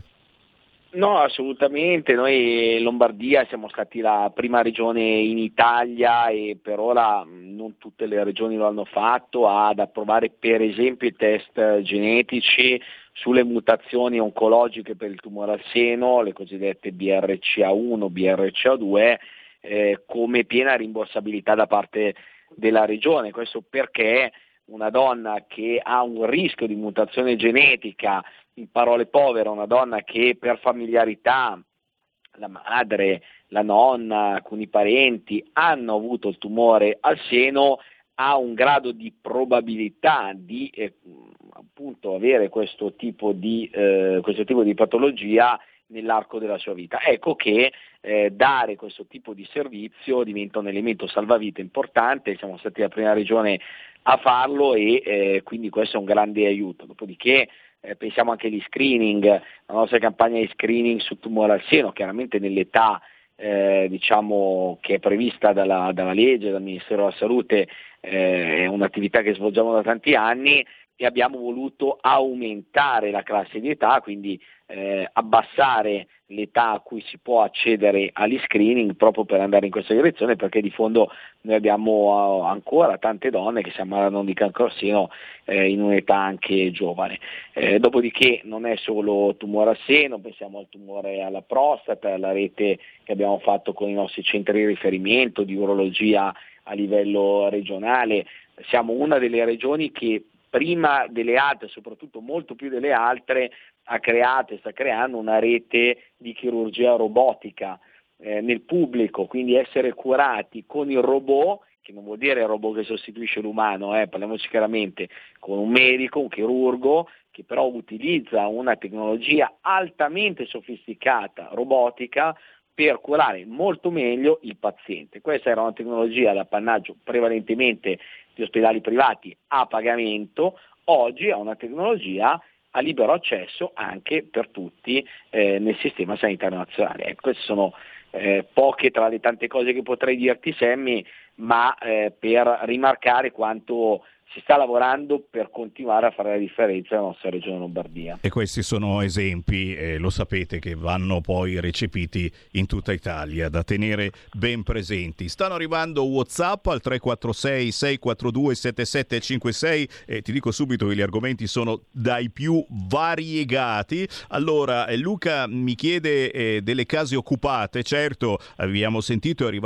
No, assolutamente. Noi in Lombardia siamo stati la prima regione in Italia, e per ora non tutte le regioni lo hanno fatto, ad approvare per esempio i test genetici sulle mutazioni oncologiche per il tumore al seno, le cosiddette B R C A uno, B R C A due, eh, come piena rimborsabilità da parte della regione. Questo perché una donna che ha un rischio di mutazione genetica, in parole povere, una donna che per familiarità, la madre, la nonna, alcuni parenti hanno avuto il tumore al seno, ha un grado di probabilità di eh, appunto avere questo tipo di, eh, questo tipo di patologia nell'arco della sua vita. Ecco che eh, dare questo tipo di servizio diventa un elemento salvavita importante. Siamo stati la prima regione a farlo, e eh, quindi questo è un grande aiuto. Dopodiché eh, pensiamo anche agli screening, la nostra campagna di screening sul tumore al seno, chiaramente nell'età eh, diciamo che è prevista dalla, dalla legge, dal Ministero della Salute, eh, è un'attività che svolgiamo da tanti anni, e abbiamo voluto aumentare la classe di età, quindi eh, abbassare l'età a cui si può accedere agli screening, proprio per andare in questa direzione, perché di fondo noi abbiamo uh, ancora tante donne che si ammalano di cancro al seno eh, in un'età anche giovane. Eh, dopodiché non è solo tumore al seno, pensiamo al tumore alla prostata, alla rete che abbiamo fatto con i nostri centri di riferimento di urologia a livello regionale. Siamo una delle regioni che prima delle altre, soprattutto molto più delle altre, ha creato e sta creando una rete di chirurgia robotica eh, nel pubblico, quindi essere curati con il robot, che non vuol dire il robot che sostituisce l'umano, eh, parliamoci chiaramente, con un medico, un chirurgo, che però utilizza una tecnologia altamente sofisticata, robotica, per curare molto meglio il paziente. Questa era una tecnologia d'appannaggio prevalentemente di ospedali privati a pagamento. Oggi è una tecnologia a libero accesso anche per tutti eh, nel sistema sanitario nazionale. Ecco, queste sono eh, poche tra le tante cose che potrei dirti, Sammy, ma eh, per rimarcare quanto si sta lavorando per continuare a fare la differenza nella nostra regione Lombardia. E questi sono esempi, eh, lo sapete, che vanno poi recepiti in tutta Italia, da tenere ben presenti. Stanno arrivando WhatsApp al tre quattro sei sei quattro due sette sette cinque sei, e ti dico subito che gli argomenti sono dai più variegati. Allora, eh, Luca mi chiede eh, delle case occupate. Certo, abbiamo sentito, è arrivata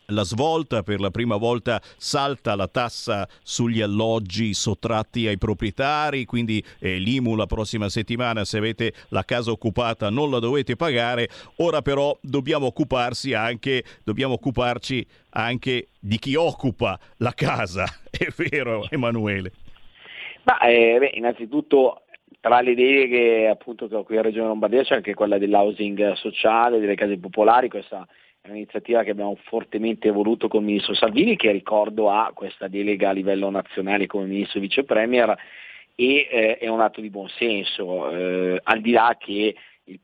la svolta, per la prima volta salta la tassa sugli alloggi sottratti ai proprietari, quindi eh, l'I M U la prossima settimana, se avete la casa occupata non la dovete pagare. Ora però dobbiamo occuparsi anche, dobbiamo occuparci anche di chi occupa la casa, è vero Emanuele? Ma eh, beh, innanzitutto tra le deleghe appunto che ho qui a Regione Lombardia c'è anche quella dell'housing sociale, delle case popolari. Questa è un'iniziativa che abbiamo fortemente voluto con il ministro Salvini, che ricordo ha questa delega a livello nazionale come ministro e vice premier, e eh, è un atto di buon senso, eh, al di là che il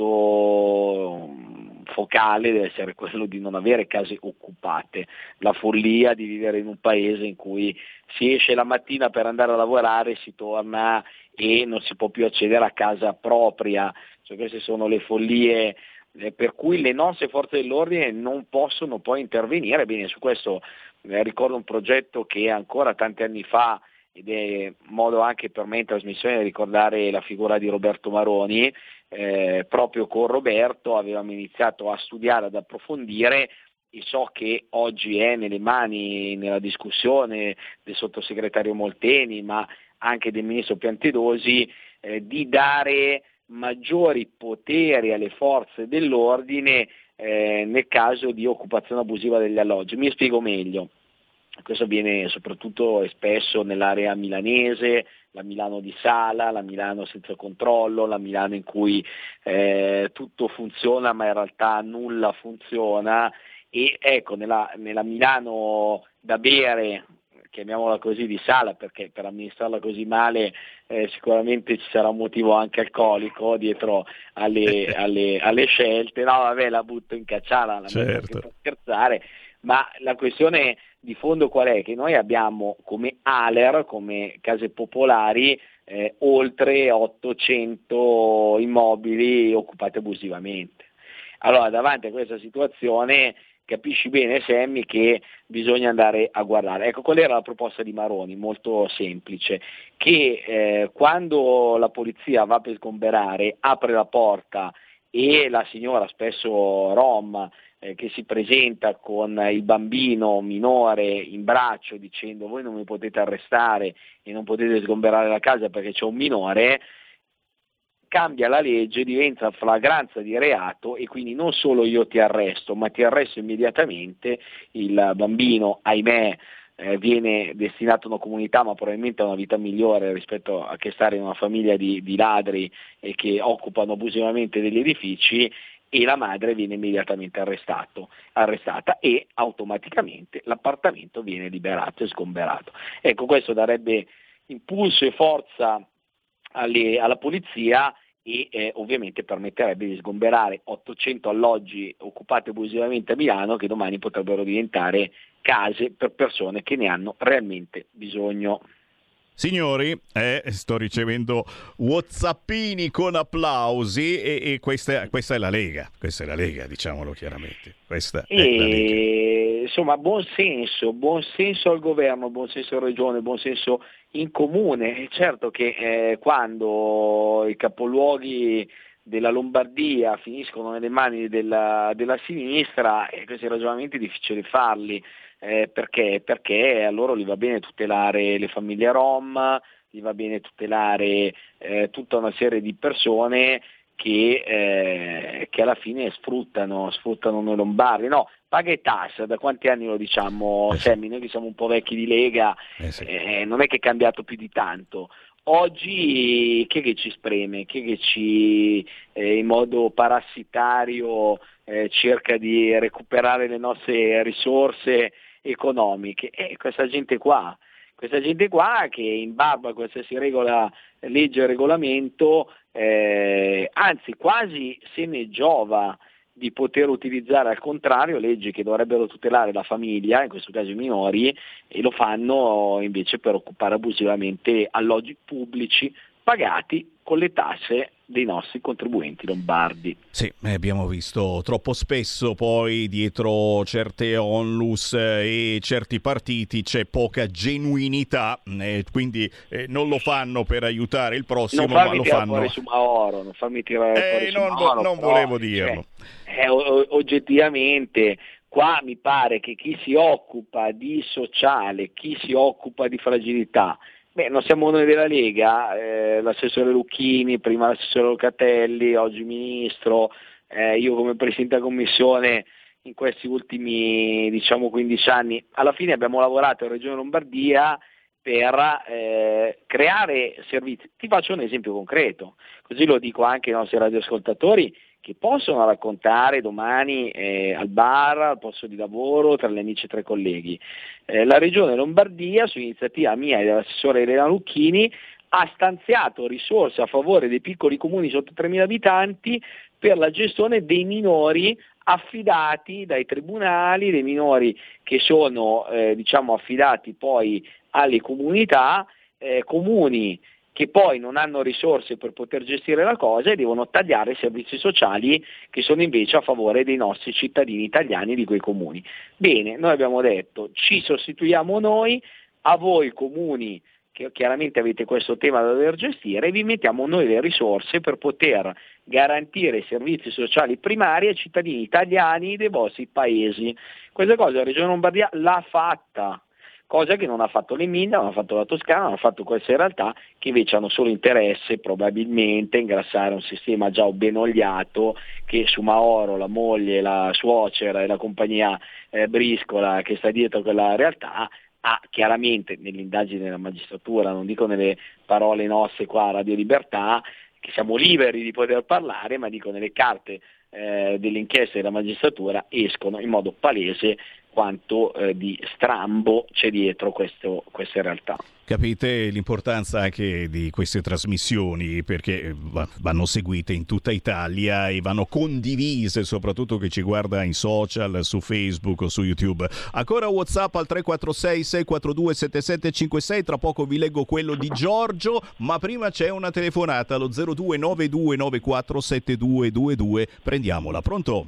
punto focale deve essere quello di non avere case occupate, la follia di vivere in un paese in cui si esce la mattina per andare a lavorare, si torna e non si può più accedere a casa propria. Cioè, queste sono le follie eh, per cui le nostre forze dell'ordine non possono poi intervenire. Bene, su questo eh, ricordo un progetto che ancora tanti anni fa, ed è modo anche per me in trasmissione di ricordare la figura di Roberto Maroni, eh, proprio con Roberto avevamo iniziato a studiare, ad approfondire, e so che oggi è nelle mani, nella discussione del sottosegretario Molteni, ma anche del ministro Piantedosi, eh, di dare maggiori poteri alle forze dell'ordine eh, nel caso di occupazione abusiva degli alloggi. Mi spiego meglio. Questo avviene soprattutto e spesso nell'area milanese, la Milano di Sala, la Milano senza controllo, la Milano in cui eh, tutto funziona ma in realtà nulla funziona. E ecco, nella, nella Milano da bere, chiamiamola così, di Sala, perché per amministrarla così male eh, sicuramente ci sarà un motivo anche alcolico dietro alle, alle, alle scelte. No vabbè, la butto in cacciara, la certo. Per scherzare, ma la questione di fondo qual è? Che noi abbiamo come A L E R, come case popolari, eh, oltre ottocento immobili occupati abusivamente. Allora, davanti a questa situazione capisci bene, Sammy, che bisogna andare a guardare. Ecco, qual era la proposta di Maroni? Molto semplice, che eh, quando la polizia va per sgomberare, apre la porta e la signora, spesso rom, eh, che si presenta con il bambino minore in braccio dicendo voi non mi potete arrestare e non potete sgomberare la casa perché c'è un minore, cambia la legge, diventa flagranza di reato e quindi non solo io ti arresto, ma ti arresto immediatamente. Il bambino, ahimè, eh, viene destinato a una comunità ma probabilmente a una vita migliore rispetto a che stare in una famiglia di, di ladri e che occupano abusivamente degli edifici, e la madre viene immediatamente arrestato, arrestata e automaticamente l'appartamento viene liberato e sgomberato. Ecco, questo darebbe impulso e forza alle, alla polizia e eh, ovviamente permetterebbe di sgomberare ottocento alloggi occupati abusivamente a Milano, che domani potrebbero diventare case per persone che ne hanno realmente bisogno. Signori, eh, sto ricevendo whatsappini con applausi e, e questa, questa è la Lega, questa è la Lega, diciamolo chiaramente. Questa e, è la Lega. Insomma, buon senso, buon senso al governo, buon senso alla regione, buon senso in comune. Certo che eh, quando i capoluoghi della Lombardia finiscono nelle mani della, della sinistra, eh, questi ragionamenti è difficile farli. Eh, perché? Perché a loro gli va bene tutelare le famiglie rom, gli va bene tutelare eh, tutta una serie di persone che, eh, che alla fine sfruttano, sfruttano noi lombardi. No, paga e tassa, da quanti anni lo diciamo, eh sì. Sammy? Noi che siamo un po' vecchi di Lega, eh sì. eh, non è che è cambiato più di tanto. Oggi chi è che ci spreme, chi è che ci eh, in modo parassitario eh, cerca di recuperare le nostre risorse economiche? E questa gente qua, questa gente qua che in barba a qualsiasi regola, legge e regolamento, eh, anzi quasi se ne giova di poter utilizzare al contrario leggi che dovrebbero tutelare la famiglia, in questo caso i minori, e lo fanno invece per occupare abusivamente alloggi pubblici pagati con le tasse dei nostri contribuenti lombardi. Sì, abbiamo visto troppo spesso poi dietro certe onlus e certi partiti c'è poca genuinità, eh, quindi eh, non lo fanno per aiutare il prossimo, non ma lo fanno fuori su Mauro, non fammi tirare eh, fuori su non, Mauro, non però, volevo dirlo. Cioè, eh, oggettivamente Qua mi pare che chi si occupa di sociale, chi si occupa di fragilità, beh, non siamo noi della Lega, eh, l'assessore Lucchini, prima l'assessore Locatelli, oggi ministro, eh, io come presidente della commissione in questi ultimi diciamo quindici anni, alla fine abbiamo lavorato in Regione Lombardia per eh, creare servizi. Ti faccio un esempio concreto, così lo dico anche ai nostri radioascoltatori che possono raccontare domani eh, al bar, al posto di lavoro, tra gli amici e tra i colleghi. Eh, la Regione Lombardia, su iniziativa mia e dell'assessore Elena Lucchini, ha stanziato risorse a favore dei piccoli comuni sotto tremila abitanti per la gestione dei minori affidati dai tribunali, dei minori che sono eh, diciamo affidati poi alle comunità, eh, comuni che poi non hanno risorse per poter gestire la cosa e devono tagliare i servizi sociali che sono invece a favore dei nostri cittadini italiani di quei comuni. Bene, noi abbiamo detto ci sostituiamo noi, a voi comuni che chiaramente avete questo tema da dover gestire, e vi mettiamo noi le risorse per poter garantire i servizi sociali primari ai cittadini italiani dei vostri paesi. Questa cosa la Regione Lombardia l'ha fatta, cosa che non ha fatto l'Emilia, non ha fatto la Toscana, non ha fatto queste realtà che invece hanno solo interesse probabilmente a ingrassare un sistema già ben oliato che su Maoro, la moglie, la suocera e la compagnia eh, Briscola che sta dietro quella realtà ha chiaramente nell'indagine della magistratura, non dico nelle parole nostre qua a Radio Libertà, che siamo liberi di poter parlare, ma dico nelle carte eh, delle inchieste della magistratura escono in modo palese quanto eh, di strambo c'è dietro questo, queste realtà. Capite l'importanza anche di queste trasmissioni, perché vanno seguite in tutta Italia e vanno condivise, soprattutto chi ci guarda in social, su Facebook o su YouTube. Ancora WhatsApp al tre quattro sei sei quattro due sette sette cinque sei, tra poco vi leggo quello di Giorgio, ma prima c'è una telefonata allo zero due nove due nove quattro sette due due due, prendiamola. Pronto?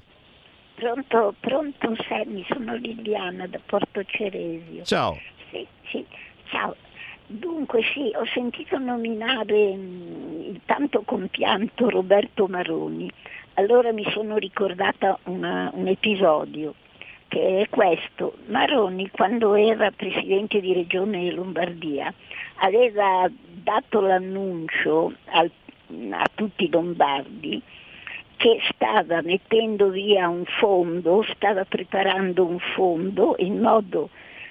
Pronto, pronto Sammy, sono Liliana da Porto Ceresio. Ciao. Sì, sì, ciao. Dunque sì, ho sentito nominare mh, il tanto compianto Roberto Maroni. Allora mi sono ricordata una, un episodio, che è questo. Maroni, quando era presidente di Regione Lombardia, aveva dato l'annuncio al, a tutti i lombardi che stava mettendo via un fondo, stava preparando un fondo in modo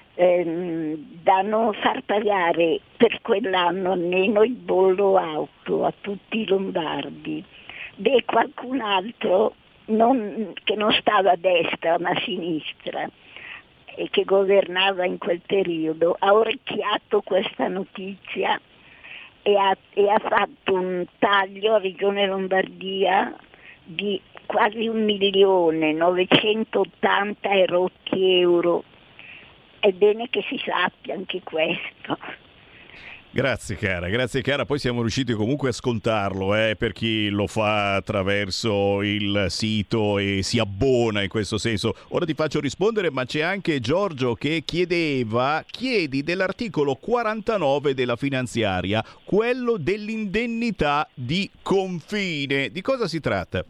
ehm, da non far pagare per quell'anno almeno il bollo auto a tutti i lombardi. Beh, qualcun altro non, che non stava a destra ma a sinistra e che governava in quel periodo ha orecchiato questa notizia e ha, e ha fatto un taglio a Regione Lombardia di quasi un milione novecentottanta e rotti euro. È bene che si sappia anche questo. Grazie cara, grazie cara, poi siamo riusciti comunque a scontarlo eh, per chi lo fa attraverso il sito e si abbona in questo senso. Ora ti faccio rispondere, ma c'è anche Giorgio che chiedeva, chiedi dell'articolo quarantanove della finanziaria, quello dell'indennità di confine. Di cosa si tratta?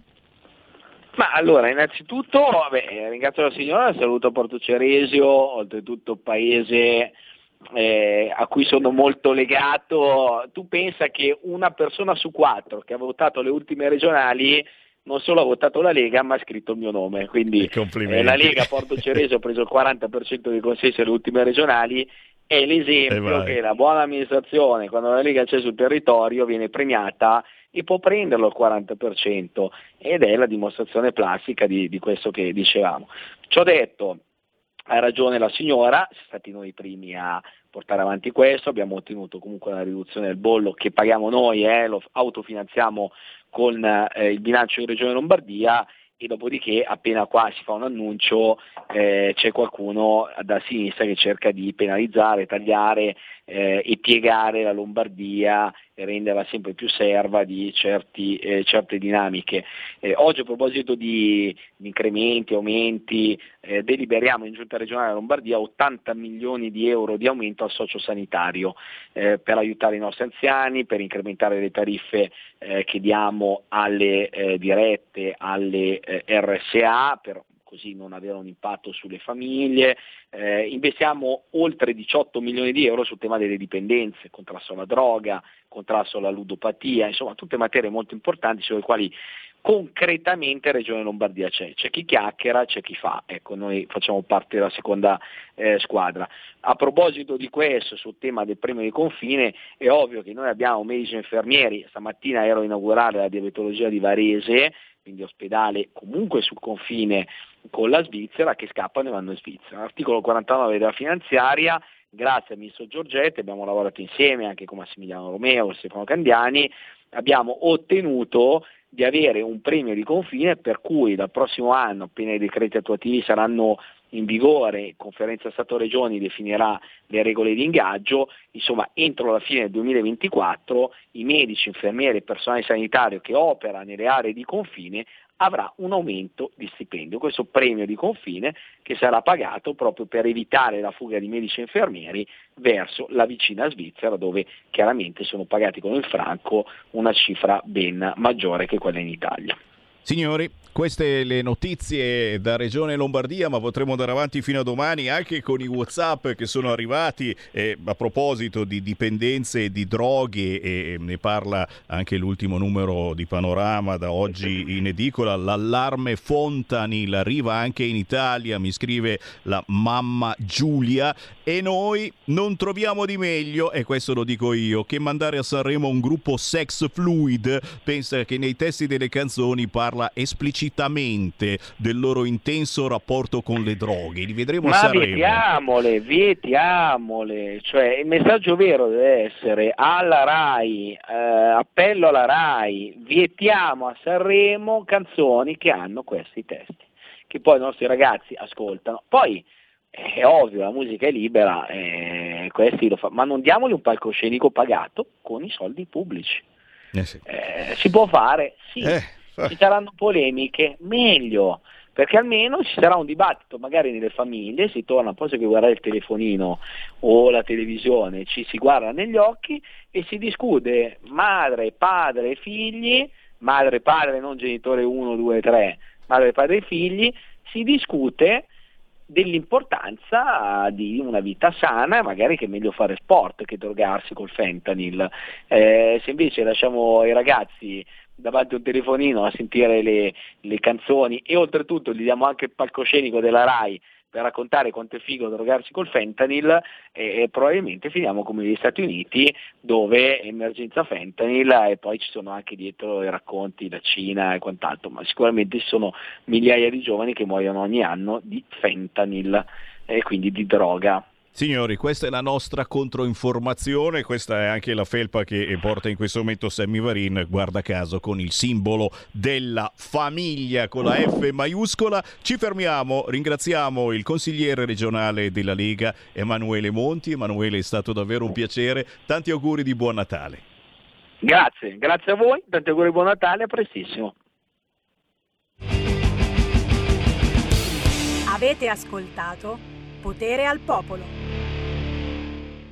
Ma allora, innanzitutto, vabbè, ringrazio la signora, saluto Porto Ceresio, oltretutto paese eh, a cui sono molto legato. Tu pensa che una persona su quattro che ha votato le ultime regionali non solo ha votato la Lega ma ha scritto il mio nome, quindi eh, la Lega Porto Ceresio ha preso il quaranta per cento dei consensi alle ultime regionali. È l'esempio che la buona amministrazione, quando la Lega c'è sul territorio, viene premiata e può prenderlo al quaranta per cento, ed è la dimostrazione plastica di, di questo che dicevamo. Ciò detto, ha ragione la signora, siamo stati noi i primi a portare avanti questo, abbiamo ottenuto comunque una riduzione del bollo che paghiamo noi, eh, lo autofinanziamo con eh, il bilancio di Regione Lombardia, e dopodiché appena qua si fa un annuncio eh, c'è qualcuno da sinistra che cerca di penalizzare, tagliare eh, e piegare la Lombardia e renderla sempre più serva di certi, eh, certe dinamiche. Eh, oggi a proposito di, di incrementi, aumenti, eh, deliberiamo in Giunta regionale Lombardia ottanta milioni di euro di aumento al sociosanitario eh, per aiutare i nostri anziani, per incrementare le tariffe eh, che diamo alle eh, dirette, alle eh, R S A, per così non avere un impatto sulle famiglie. Eh, investiamo oltre diciotto milioni di euro sul tema delle dipendenze, contrasto alla droga, contrasto alla ludopatia, insomma tutte materie molto importanti sulle quali concretamente Regione Lombardia c'è, c'è chi chiacchiera, c'è chi fa, ecco, noi facciamo parte della seconda eh, squadra. A proposito di questo, sul tema del premio di confine, è ovvio che noi abbiamo medici e infermieri, stamattina ero a inaugurare la diabetologia di Varese, quindi ospedale comunque sul confine con la Svizzera, che scappano e vanno in Svizzera. L'articolo quarantanove della finanziaria, grazie al ministro Giorgetti, abbiamo lavorato insieme anche con Massimiliano Romeo, Stefano Candiani, abbiamo ottenuto di avere un premio di confine per cui dal prossimo anno, appena i decreti attuativi saranno in vigore, Conferenza Stato-Regioni definirà le regole di ingaggio, insomma entro la fine del duemilaventiquattro i medici, infermieri e personale sanitario che opera nelle aree di confine avrà un aumento di stipendio, questo premio di confine che sarà pagato proprio per evitare la fuga di medici e infermieri verso la vicina Svizzera, dove chiaramente sono pagati con il franco una cifra ben maggiore che quella in Italia. Signori, queste le notizie da Regione Lombardia, ma potremo andare avanti fino a domani anche con i WhatsApp che sono arrivati eh, a proposito di dipendenze e di droghe, e ne parla anche l'ultimo numero di Panorama da oggi in edicola. L'allarme Fentanyl arriva anche in Italia, mi scrive la mamma Giulia, e noi non troviamo di meglio, e questo lo dico io, che mandare a Sanremo un gruppo sex fluid. Pensa che nei testi delle canzoni parla esplicitamente del loro intenso rapporto con le droghe. Li vedremo Ma a Sanremo. vietiamole, vietiamole, cioè il messaggio vero deve essere alla RAI, eh, appello alla RAI, vietiamo a Sanremo canzoni che hanno questi testi, che poi i nostri ragazzi ascoltano. Poi è ovvio, la musica è libera, eh, questi lo fa, ma non diamogli un palcoscenico pagato con i soldi pubblici. Eh sì. Eh, si può fare? Sì. Eh. Ci saranno polemiche? Meglio, perché almeno ci sarà un dibattito magari nelle famiglie, si torna, poi che guardare il telefonino o la televisione, ci si guarda negli occhi e si discute madre, padre e figli, madre, padre, non genitore uno, due, tre, madre, padre e figli, si discute dell'importanza di una vita sana, magari che è meglio fare sport che drogarsi col fentanyl. Eh, se invece lasciamo i ragazzi davanti a un telefonino a sentire le, le canzoni e oltretutto gli diamo anche il palcoscenico della RAI per raccontare quanto è figo drogarsi col fentanyl, e, e probabilmente finiamo come negli Stati Uniti, dove emergenza fentanyl e poi ci sono anche dietro i racconti da Cina e quant'altro, ma sicuramente ci sono migliaia di giovani che muoiono ogni anno di fentanyl e quindi di droga. Signori, questa è la nostra controinformazione, questa è anche la felpa che porta in questo momento Sammy Varin, guarda caso con il simbolo della famiglia con la F maiuscola. Ci fermiamo, ringraziamo il consigliere regionale della Lega Emanuele Monti. Emanuele, è stato davvero un piacere, tanti auguri di buon Natale. Grazie, grazie a voi, tanti auguri di buon Natale, a prestissimo. Avete ascoltato Potere al Popolo.